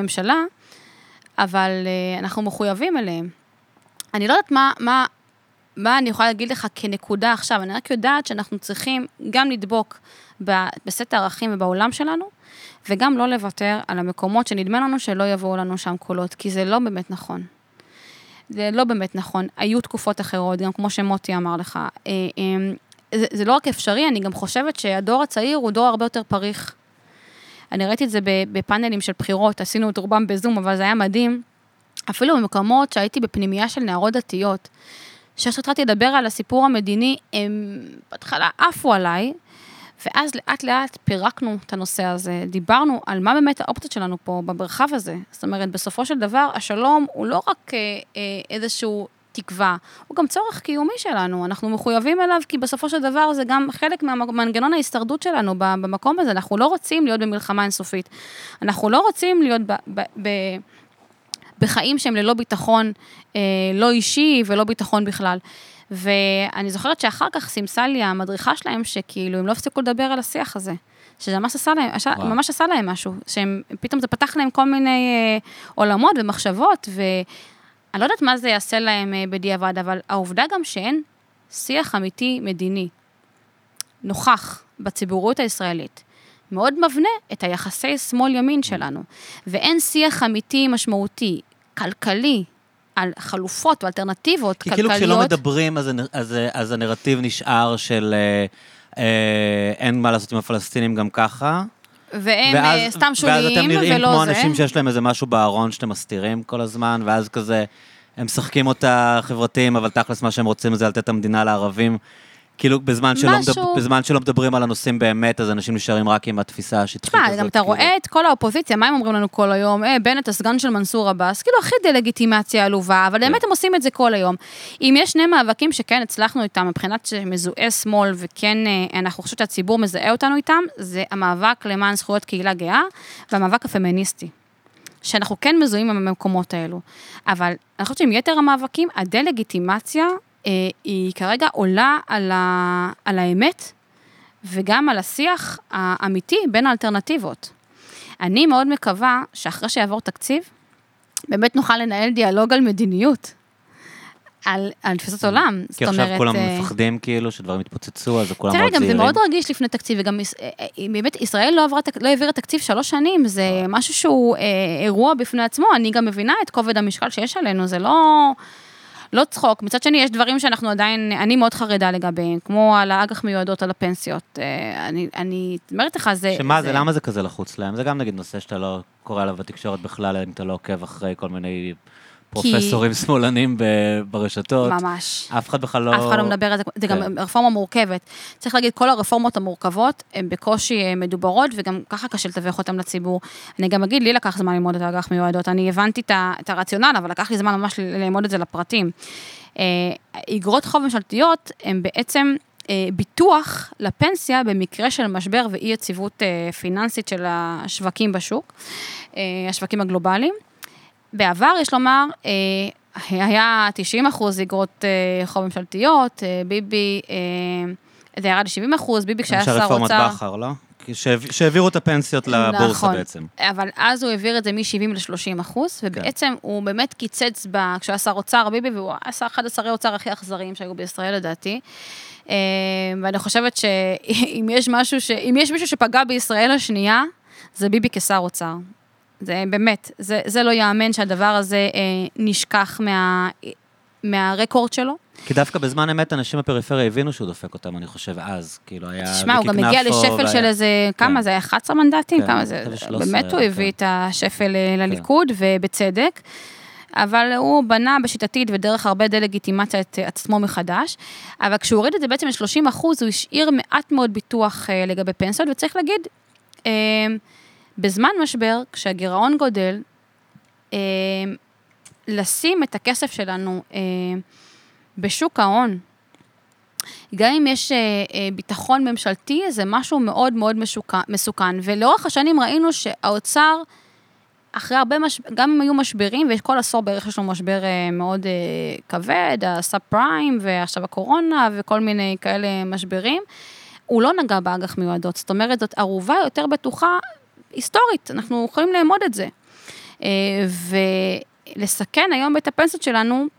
בממשלה, אבל אנחנו מחויבים אליהם. אני לא יודעת מה אני יכולה להגיד לך כנקודה עכשיו? אני רק יודעת שאנחנו צריכים גם לדבוק בסט הערכים ובעולם שלנו, וגם לא לוותר על המקומות שנדמה לנו שלא יבואו לנו שם קולות, כי זה לא באמת נכון. זה לא באמת נכון. היו תקופות אחרות, גם כמו שמוטי אמר לך. זה לא רק אפשרי, אני גם חושבת שהדור הצעיר הוא דור הרבה יותר פריך. אני ראיתי את זה בפאנלים של בחירות, עשינו את רובם בזום, אבל זה היה מדהים. אפילו במקומות שהייתי בפנימייה של נערות דתיות, שהתחלתי לדבר על הסיפור המדיני, הם בהתחלה עפו עליי, ואז לאט לאט פירקנו את הנושא הזה, דיברנו על מה באמת האופציות שלנו פה במרחב הזה. זאת אומרת, בסופו של דבר, השלום הוא לא רק איזשהו תקווה, הוא גם צורך קיומי שלנו, אנחנו מחויבים אליו, כי בסופו של דבר זה גם חלק מהמנגנון ההישרדות שלנו במקום הזה, אנחנו לא רוצים להיות במלחמה אינסופית, אנחנו לא רוצים להיות בחיים שהם ללא ביטחון, לא אישי ולא ביטחון בכלל. ואני זוכרת שאחר כך סימסה לי המדריכה שלהם, שכאילו הם לא הפסיקו לדבר על השיח הזה, שזה ממש עשה להם משהו, שפתאום זה פתח להם כל מיני עולמות ומחשבות, ואני לא יודעת מה זה יעשה להם בדיעבד, אבל העובדה גם שאין שיח אמיתי מדיני, נוכח בציבוריות הישראלית, מאוד מבנה את היחסי שמאל-ימין שלנו, ואין שיח אמיתי משמעותי, כלכלי, על חלופות או אלטרנטיבות כלכליות. כי כאילו כשלא מדברים, אז הנרטיב נשאר של אין מה לעשות עם הפלסטינים גם ככה. והם סתם שוליים ולא זה. ואז אתם נראים כמו אנשים שיש להם איזה משהו בארון שאתם מסתירים כל הזמן, ואז כזה הם שחקים אותה חברתיים, אבל תכלס מה שהם רוצים זה לתת את המדינה לערבים. כאילו בזמן שלא מדברים על הנושאים באמת, אז אנשים נשארים רק עם התפיסה השטחית הזאת. גם אתה רואה את כל האופוזיציה, מה הם אומרים לנו כל היום? בנט, הסגן של מנסור עבאס, כאילו הכי דה-לגיטימציה עלובה, אבל באמת הם עושים את זה כל היום. אם יש שני מאבקים שכן הצלחנו איתם, מבחינת שמזוהה שמאל, וכן אנחנו חושבים שהציבור מזהה אותנו איתם, זה המאבק למען זכויות קהילה גאה, והמאבק הפמיניסטי. שאנחנו כן מזוהים במקומות האלו. אבל אני חושבת שעם יתר המאבקים, הדה-לגיטימציה היא כרגע עולה על האמת, וגם על השיח האמיתי בין האלטרנטיבות. אני מאוד מקווה שאחרי שיעבור תקציב, באמת נוכל לנהל דיאלוג על מדיניות, על תפיסות עולם. כי עכשיו כולם מפחדים כאילו, שדברים יתפוצצו, אז כולם מאוד זהירים. תראה, גם זה מאוד רגיש לפני תקציב, וגם באמת ישראל לא העבירה תקציב 3 שנים, זה משהו שהוא אירוע בפני עצמו, אני גם מבינה את כובד המשקל שיש עלינו, זה לא צחוק, מצד שני יש דברים שאנחנו עדיין, אני מאוד חרדה לגביהם, כמו על האג"ח מיועדות על הפנסיות, אני אומרת לך, זה... שמה זה, למה זה כזה לחוץ להם? זה גם נגיד נושא שאתה לא קורא עליו בתקשורת בכלל, אם אתה לא עוקב אחרי כל מיני פרופסורים שמאלנים ברשתות. ממש. אף אחד בכלל לא... אף אחד לא מדבר על זה, זה גם רפורמה מורכבת. צריך להגיד, כל הרפורמות המורכבות, הן בקושי מדוברות, וגם ככה קשה לתווך אותן לציבור. אני גם אגיד, לי לקח זמן ללמוד את האג"ח מיועדות, אני הבנתי את הרציונל, אבל לקח לי זמן ממש ללמוד את זה לפרטים. אגרות חוב ממשלתיות, הן בעצם ביטוח לפנסיה, במקרה של משבר ואי יציבות פיננסית של השווקים בשוק, השווקים הגלובליים. בעבר, יש לומר, היה 90% אגרות חוב ממשלתיות, ביבי, זה ירד ל-70%, ביבי כשהיה שר אוצר... רפורמת בכר, לא? שהעבירו את הפנסיות לבורסה בעצם. אבל אז הוא העביר את זה מ-70 ל-30%, ובעצם הוא באמת קיצץ כשהיה שר אוצר, ביבי, והוא עשה אחד השרי אוצר הכי אכזריים שהיו בישראל, לדעתי. ואני חושבת שאם יש מישהו שפגע בישראל השנייה, זה ביבי כשר אוצר. זה באמת, זה לא יאמן שהדבר הזה נשכח מהרקורד שלו. כי דווקא בזמן אמת אנשים בפריפריה הבינו שהוא דופק אותם, אני חושב, אז, כאילו היה... תשמע, הוא גם הגיע לשפל של איזה, כמה זה היה 11 מנדטים? כמה זה? באמת הוא הביא את השפל לליכוד, ובצדק, אבל הוא בנה בשיטתית ודרך הרבה דה-לגיטימציה את עצמו מחדש, אבל כשהוא הוריד את זה בעצם ל-30%, הוא השאיר מעט מאוד ביטוח לגבי פנסיות, וצריך להגיד, בזמן משבר, כשהגירעון גודל, לשים את הכסף שלנו בשוק ההון, גם אם יש ביטחון ממשלתי, זה משהו מאוד מאוד מסוכן, ולאורך השנים ראינו שהאוצר, אחרי הרבה גם אם היו משברים, ויש כל עשור בערך יש לו משבר מאוד כבד, הסאב פריים, ועכשיו הקורונה, וכל מיני כאלה משברים, הוא לא נגע באג"ח מיועדות, זאת אומרת, זאת ערובה יותר בטוחה, היסטורית, אנחנו יכולים לאמוד את זה. ולסכן היום את הפנסיות שלנו,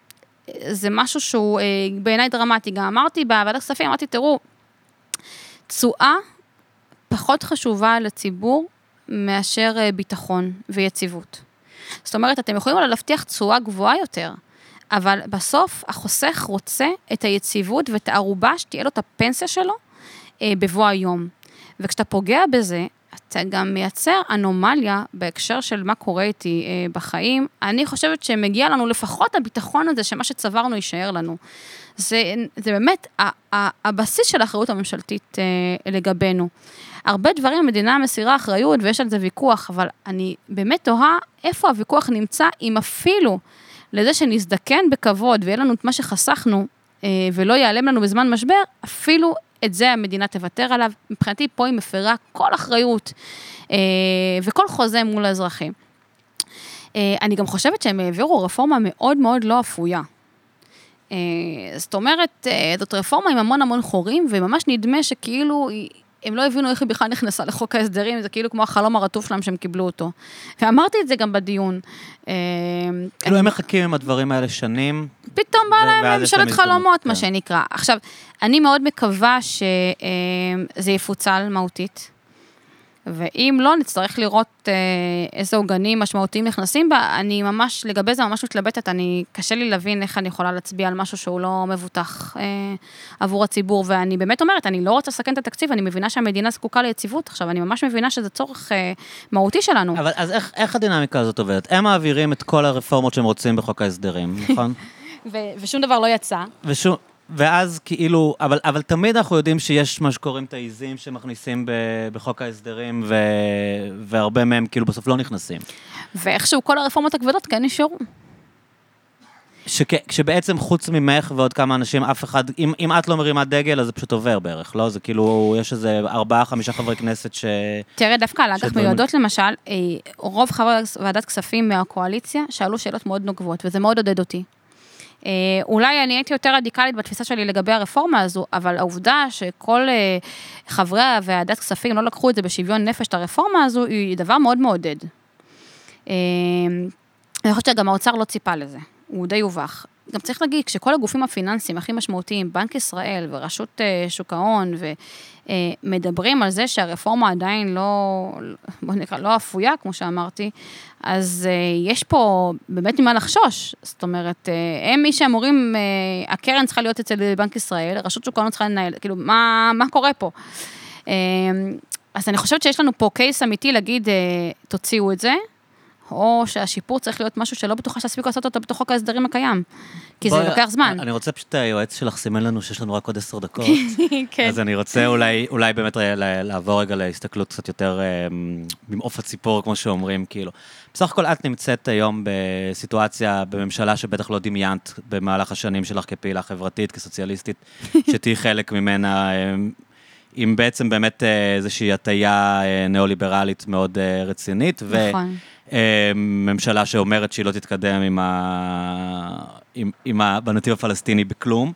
זה משהו שהוא בעיניי דרמטי. גם אמרתי בוועדת הכספים, אמרתי, תראו, תשואה פחות חשובה לציבור מאשר ביטחון ויציבות. זאת אומרת, אתם יכולים להבטיח תשואה גבוהה יותר, אבל בסוף החוסך רוצה את היציבות ואת הערובה שתהיה לו את הפנסיה שלו בבוא היום. וכשאתה פוגע בזה, אתה גם מייצר אנומליה בהקשר של מה קורה איתי בחיים. אני חושבת שמגיע לנו לפחות הביטחון הזה, שמה שצברנו יישאר לנו. זה באמת הבסיס של האחריות הממשלתית לגבינו. הרבה דברים המדינה מסירה אחריות, ויש על זה ויכוח, אבל אני באמת תוהה איפה הוויכוח נמצא, אם אפילו לזה שנזדקן בכבוד, ויהיה לנו את מה שחסכנו, ולא ייעלם לנו בזמן משבר, אפילו את זה המדינה תוותר עליו. מבחינתי פה היא מפרה כל אחריות, וכל חוזה מול האזרחים. אני גם חושבת שהם העבירו רפורמה מאוד מאוד לא אפויה. זאת אומרת, זאת רפורמה עם המון המון חורים, וממש נדמה שכאילו הם לא הבינו איך היא בכלל נכנסה לחוק ההסדרים, זה כאילו כמו החלום הרטוף שלהם שהם קיבלו אותו. ואמרתי את זה גם בדיון. כאילו הם מחכים עם הדברים האלה שנים. פתאום בא להם ממשלת חלומות, מה שנקרא. עכשיו, אני מאוד מקווה שזה יפוצל מהותית, ואם לא, נצטרך לראות איזה עוגנים משמעותיים נכנסים בה, אני ממש, לגבי זה ממש מתלבטת, קשה לי להבין איך אני יכולה להצביע על משהו שהוא לא מבוטח עבור הציבור, ואני באמת אומרת, אני לא רוצה לסכן את התקציב, אני מבינה שהמדינה זקוקה ליציבות, עכשיו, אני ממש מבינה שזה צורך מהותי שלנו. אבל אז איך הדינמיקה הזאת עובדת? הם מעבירים את כל הרפורמות שהם רוצים בחוק ההסדרים, נכון? ושום דבר לא יצא. ואז כאילו, אבל תמיד אנחנו יודעים שיש מה שקוראים את העיזים שמכניסים בחוק ההסדרים, והרבה מהם כאילו בסוף לא נכנסים. ואיכשהו כל הרפורמות הכבדות כן נשארו. שבעצם חוץ ממך ועוד כמה אנשים, אף אחד, אם את לא מרימה דגל, אז זה פשוט עובר בערך, לא? זה כאילו, יש איזה 4-5 חברי כנסת תראה, דווקא על אג"ח מיועדות למשל, רוב חברי ועדת כספים מהקואליציה שאלו שאלות מאוד נוקבות, וזה מאוד עודד אותי. אולי אני הייתי יותר רדיקלית בתפיסה שלי לגבי הרפורמה הזו, אבל העובדה שכל חברי ועדת כספים לא לקחו את זה בשוויון נפש, את הרפורמה הזו, היא דבר מאוד מעודד. אני חושבת שגם האוצר לא ציפה לזה, הוא די הובך. גם צריך להגיד, כשכל הגופים הפיננסיים הכי משמעותיים, בנק ישראל ורשות שוק ההון, ומדברים על זה שהרפורמה עדיין לא אפויה, כמו שאמרתי, אז יש פה באמת ממה לחשוש. זאת אומרת, הם מי שאמורים, הקרן צריכה להיות אצל בנק ישראל, רשות שוק ההון צריכה לנהל, כאילו, מה קורה פה? אז אני חושבת שיש לנו פה קייס אמיתי להגיד, תוציאו את זה, או שהשיפור צריך להיות משהו שלא בטוחה שתספיקו לעשות אותו בתוך חוק ההסדרים הקיים, כי זה לוקח זמן. אני רוצה פשוט היועץ שלך סימן לנו שיש לנו רק עוד 10 דקות, אז אני רוצה אולי באמת לעבור רגע להסתכלות קצת יותר ממעוף הציפור, כמו שאומרים, כאילו. בסך הכל את נמצאת היום בסיטואציה, בממשלה שבטח לא דמיינת במהלך השנים שלך כפעילה חברתית, כסוציאליסטית, שתהי חלק ממנה, עם בעצם באמת איזושהי הטיה ניאו-ליברלית מאוד רצינית, נכון. ממשלה שאומרת שהיא לא תתקדם בנתיב הפלסטיני בכלום.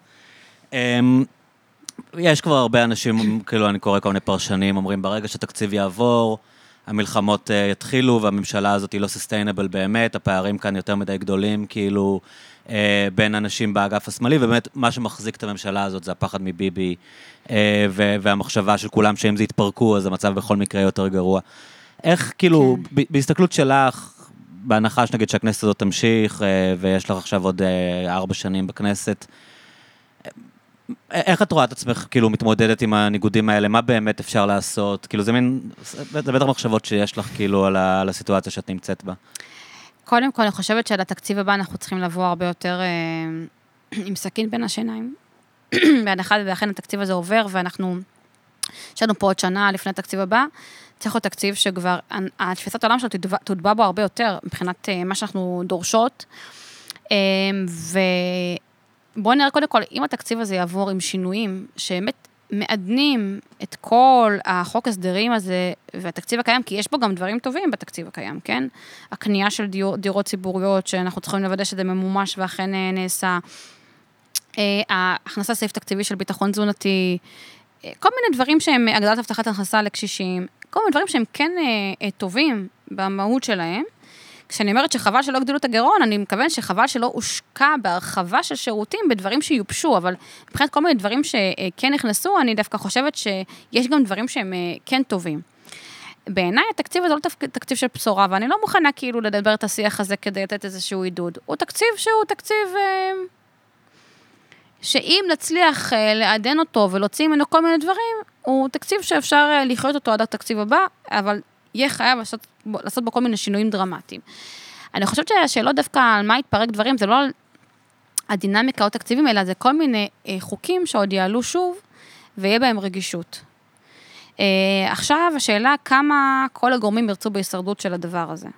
יש כבר הרבה אנשים, כאילו אני קורא כל מיני פרשנים, אומרים ברגע שהתקציב יעבור, המלחמות יתחילו, והממשלה הזאת היא לא sustainable באמת, הפערים כאן יותר מדי גדולים, כאילו, בין אנשים באגף השמאלי, ובאמת מה שמחזיק את הממשלה הזאת זה הפחד מביבי, והמחשבה של כולם שאם זה יתפרקו, אז המצב בכל מקרה יותר גרוע. איך, כאילו, בהסתכלות שלך, בהנחה שנגיד שהכנסת הזאת תמשיך, ויש לך עכשיו עוד 4 שנים בכנסת, איך את רואה את עצמך, כאילו, מתמודדת עם הניגודים האלה? מה באמת אפשר לעשות? כאילו, זה בטח מחשבות שיש לך, כאילו, על הסיטואציה שאת נמצאת בה. קודם כל, אני חושבת שעל התקציב הבא אנחנו צריכים לבוא הרבה יותר עם סכין בין השיניים. בהנחה, ואכן התקציב הזה עובר, יש לנו פה עוד שנה לפני התקציב הבא, צריך להיות תקציב שכבר, התפיסת העולם שלו תוטבע בו הרבה יותר, מבחינת מה שאנחנו דורשות, ובואו נראה קודם כל, אם התקציב הזה יעבור עם שינויים, שבאמת מעדנים את כל החוק הסדרים הזה, והתקציב הקיים, כי יש בו גם דברים טובים בתקציב הקיים, כן? הקנייה של דירות ציבוריות, שאנחנו צריכים לוודא שזה ממומש ואכן נעשה, ההכנסה סעיף תקציבי של ביטחון תזונתי, כל מיני דברים שהם הגדלת הבטחת הכנסה לקשישים, כל מיני דברים שהם כן טובים במהות שלהם, כשאני אומרת שחבל שלא הגדילו את הגירעון, אני מכוון שחבל שלא הושקע בהרחבה של שירותים בדברים שיופשו, אבל מבחינת כל מיני דברים שכן נכנסו, אני דווקא חושבת שיש גם דברים שהם כן טובים. בעיניי התקציב הזה לא תקציב של בשורה, ואני לא מוכנה כאילו לדבר את השיח הזה כדי לתת איזשהו עידוד. הוא תקציב שהוא תקציב שאם נצליח לעדן אותו ולהוציא ממנו כל מיני דברים, הוא תקציב שאפשר לחיות אותו עד התקציב הבא, אבל יהיה חייב לעשות בו כל מיני שינויים דרמטיים. אני חושבת שהשאלות דווקא על מה יתפרק דברים, זה לא על הדינמיקה או תקציבים, אלא זה כל מיני חוקים שעוד יעלו שוב, ויהיה בהם רגישות. עכשיו השאלה כמה כל הגורמים ירצו בהישרדות של הדבר הזה.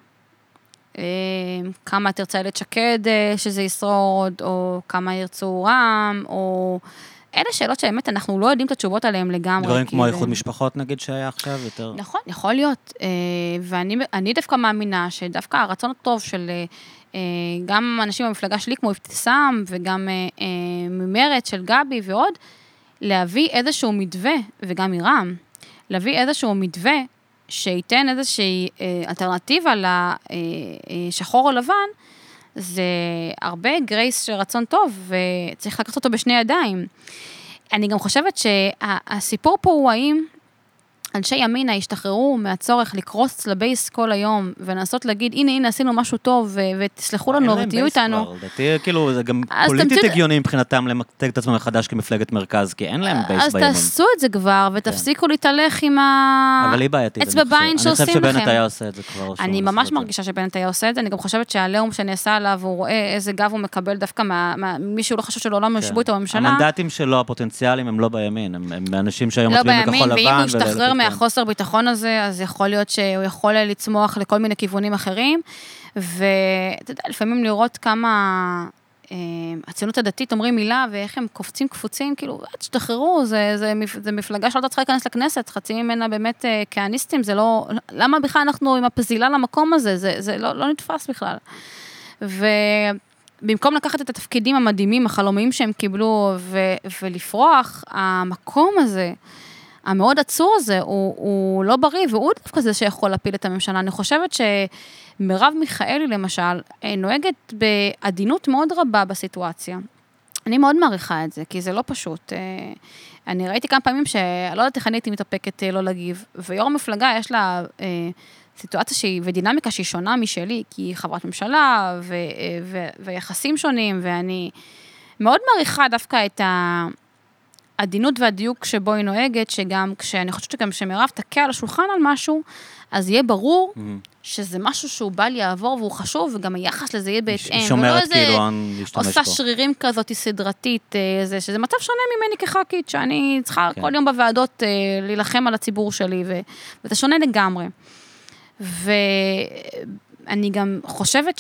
כמה תרצה איילת שקד שזה ישרוד, או כמה ירצו רם, או... אלה שאלות שבאמת אנחנו לא יודעים את התשובות עליהן לגמרי. דברים כמו איחוד משפחות נגיד שהיה עכשיו יותר... נכון, יכול להיות. ואני דווקא מאמינה שדווקא הרצון הטוב של גם אנשים במפלגה שלי כמו אבתיסאם, וגם ממרץ של גבי ועוד, להביא איזשהו מתווה, וגם מרם, להביא איזשהו מתווה שייתן איזושהי אלטרנטיבה לשחור או לבן, זה הרבה גרייס של רצון טוב, וצריך לקחת אותו בשני ידיים. אני גם חושבת שהסיפור פה הוא האם אנשי ימינה השתחררו מהצורך לקרוס לבייס כל היום, ולנסות להגיד, הנה, עשינו משהו טוב, ותסלחו לנו, ותהיו איתנו. לדעתי, כאילו, זה גם פוליטית הגיוני מבחינתם למתג את עצמם מחדש כמפלגת מרכז, כי אין להם בייס בימין. אז תעשו את זה כבר, ותפסיקו להתהלך עם האצבע בעין שעושים לכם. אני חושב שבנט היה עושה את זה כבר. אני ממש מרגישה שבנט היה עושה את זה, אני גם חושבת שהלאום שנעשה עליו, הוא רואה איזה גב הוא מקבל דווקא מישהו לא חושב שלעולם ישבו איתו בממשלה. המנדטים שלו, הפוטנציאלים, הם לא בימין, הם אנשים שהיום מצביעים בכחול לבן, מהחוסר ביטחון הזה, אז יכול להיות שהוא יכול לצמוח לכל מיני כיוונים אחרים, ואתה יודע, לפעמים לראות כמה הציונות הדתית אומרים מילה, ואיך הם קופצים קפוצים, כאילו, תשתחררו, זה מפלגה שלא צריכה להיכנס לכנסת, חצי ממנה באמת כהניסטים, זה לא, למה בכלל אנחנו עם הפזילה למקום הזה, זה לא נתפס בכלל. ובמקום לקחת את התפקידים המדהימים, החלומיים שהם קיבלו, ולפרוח, המקום הזה, המאוד עצור הזה, הוא לא בריא, והוא דווקא זה שיכול להפיל את הממשלה. אני חושבת שמרב מיכאלי, למשל, נוהגת בעדינות מאוד רבה בסיטואציה. אני מאוד מעריכה את זה, כי זה לא פשוט. אני ראיתי כמה פעמים שלא יודעת איך אני הייתי מתאפקת לא להגיב, ויו"ר המפלגה יש לה סיטואציה ודינמיקה שהיא שונה משלי, כי היא חברת ממשלה, ויחסים שונים, ואני מאוד מעריכה דווקא את העדינות והדיוק שבו היא נוהגת, שגם כשאני חושבת שגם שמרב תקע על השולחן על משהו, אז יהיה ברור שזה משהו שהוא בל יעבור, והוא חשוב, וגם היחס לזה יהיה בהתאם. היא שומרת כאילו אין להשתמש עושה בו. שרירים כזאת סדרתית, שזה מצב שונה ממני כח"כית, שאני צריכה כל יום בוועדות להילחם על הציבור שלי, וזה שונה לגמרי. ואני גם חושבת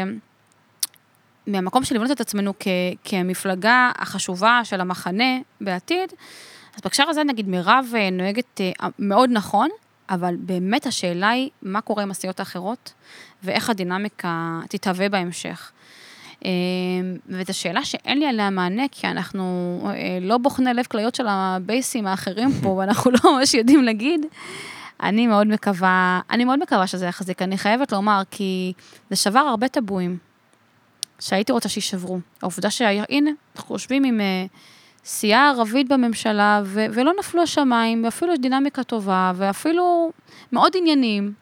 מהמקום של לבנות את עצמנו כמפלגה החשובה של המחנה בעתיד, אז בהקשר הזה נגיד מרב נוהגת מאוד נכון, אבל באמת השאלה היא מה קורה עם הסיעות האחרות, ואיך הדינמיקה תתהווה בהמשך. וזו שאלה שאין לי עליה מענה, כי אנחנו לא בוחני לב כליות של הבייסים האחרים פה, ואנחנו לא ממש יודעים להגיד. אני מאוד מקווה שזה יחזיק. אני חייבת לומר, כי זה שבר הרבה טבועים. שהייתי רוצה שישברו. העובדה שהנה, אנחנו חושבים עם סיעה ערבית בממשלה, ולא נפלו השמיים, ואפילו יש דינמיקה טובה, ואפילו מאוד עניינים.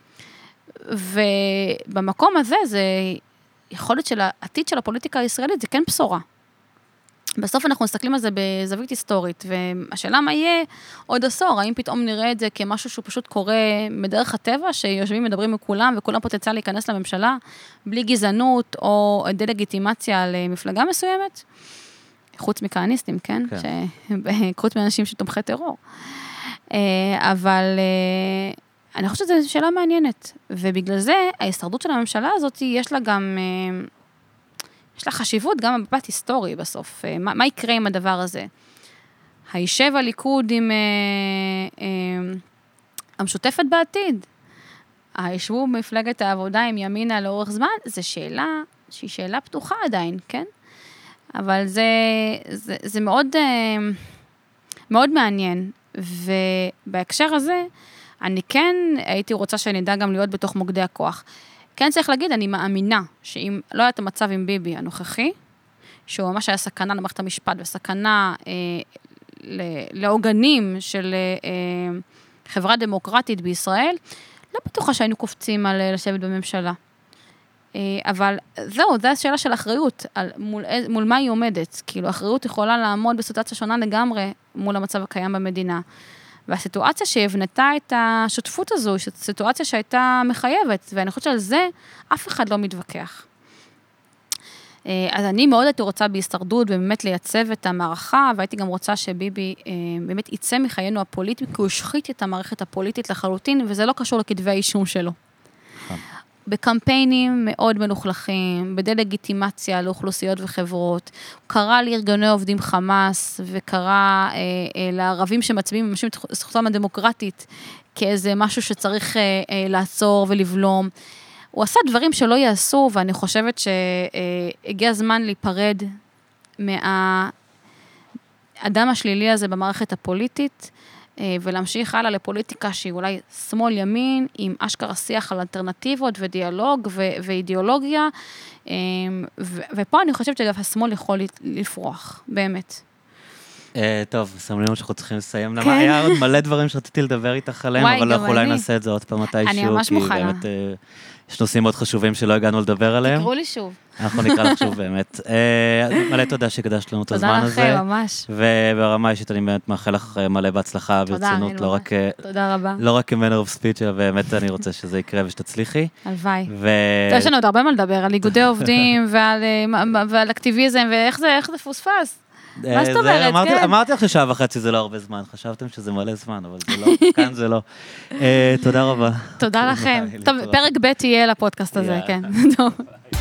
ובמקום הזה, זה יכולת של העתיד של הפוליטיקה הישראלית, זה כן בשורה. בסוף אנחנו מסתכלים על זה בזווית היסטורית, והשאלה מה יהיה עוד עשור, האם פתאום נראה את זה כמשהו שהוא פשוט קורה מדרך הטבע, שיושבים מדברים עם כולם, וכולם פוטנציאל להיכנס לממשלה, בלי גזענות או דה-לגיטימציה למפלגה מסוימת, חוץ מכהניסטים, כן? חוץ מאנשים שתומכי טרור. אבל אני חושבת שזו שאלה מעניינת, ובגלל זה ההישרדות של הממשלה הזאת, יש לה גם יש לה חשיבות גם במבט היסטורי בסוף. מה יקרה עם הדבר הזה? הישב הליכוד עם המשותפת בעתיד? הישבו במפלגת העבודה עם ימינה לאורך זמן? זו שאלה שהיא שאלה פתוחה עדיין, כן? אבל זה מאוד, מאוד מעניין. ובהקשר הזה, אני כן הייתי רוצה שנדע גם להיות בתוך מוקדי הכוח. כן צריך להגיד, אני מאמינה שאם לא היה את המצב עם ביבי הנוכחי, שהוא ממש היה סכנה למערכת המשפט, וסכנה לעוגנים של חברה דמוקרטית בישראל, לא בטוחה שהיינו קופצים על לשבת בממשלה. אבל זהו, זו השאלה של אחריות, מול מה היא עומדת. כאילו, אחריות יכולה לעמוד בסיטואציה שונה לגמרי מול המצב הקיים במדינה. והסיטואציה שהבנתה את השותפות הזו, היא סיטואציה שהייתה מחייבת, ואני חושבת שעל זה אף אחד לא מתווכח. אז אני מאוד הייתי רוצה בהישרדות, ובאמת לייצב את המערכה, והייתי גם רוצה שביבי באמת יצא מחיינו הפוליטי, כי הוא השחית את המערכת הפוליטית לחלוטין, וזה לא קשור לכתבי האישום שלו. בקמפיינים מאוד מלוכלכים, בדה-לגיטימציה לאוכלוסיות וחברות, הוא קרא לארגוני עובדים חמאס, וקרא לערבים שמצביעים ממשים את זכותם הדמוקרטית, כאיזה משהו שצריך לעצור ולבלום. הוא עשה דברים שלא יעשו, ואני חושבת שהגיע הזמן להיפרד מהאדם השלילי הזה במערכת הפוליטית, ולהמשיך הלאה לפוליטיקה שהיא אולי שמאל ימין, עם אשכרה שיח על אלטרנטיבות ודיאלוג ואידיאולוגיה, ופה אני חושבת שגם השמאל יכול לפרוח, באמת. טוב, סמלים שאנחנו צריכים לסיים. למה היה עוד מלא דברים שרציתי לדבר איתך עליהם, אבל אנחנו אולי נעשה את זה עוד פעם מתישהו. אני ממש מוכנה. יש נושאים מאוד חשובים שלא הגענו לדבר עליהם. תקראו לי שוב. אנחנו נקרא לך שוב באמת. מלא תודה שהקדשת לנו את הזמן הזה. תודה לכם, ממש. וברמה אישית אני באמת מאחל לך מלא בהצלחה ברצינות. תודה רבה. לא רק כמנר of speech, אלא באמת אני רוצה שזה יקרה ושתצליחי. הלוואי. יש לנו עוד הרבה מה לדבר, על איגודי עובדים ועל אקטיביזם, ואיך זה פוספס. מה זאת אומרת, כן? אמרתי לך ששעה וחצי זה לא הרבה זמן, חשבתם שזה מלא זמן, אבל זה לא, כאן זה לא. תודה רבה. תודה לכם. טוב, פרק ב' תהיה לפודקאסט הזה, כן. טוב.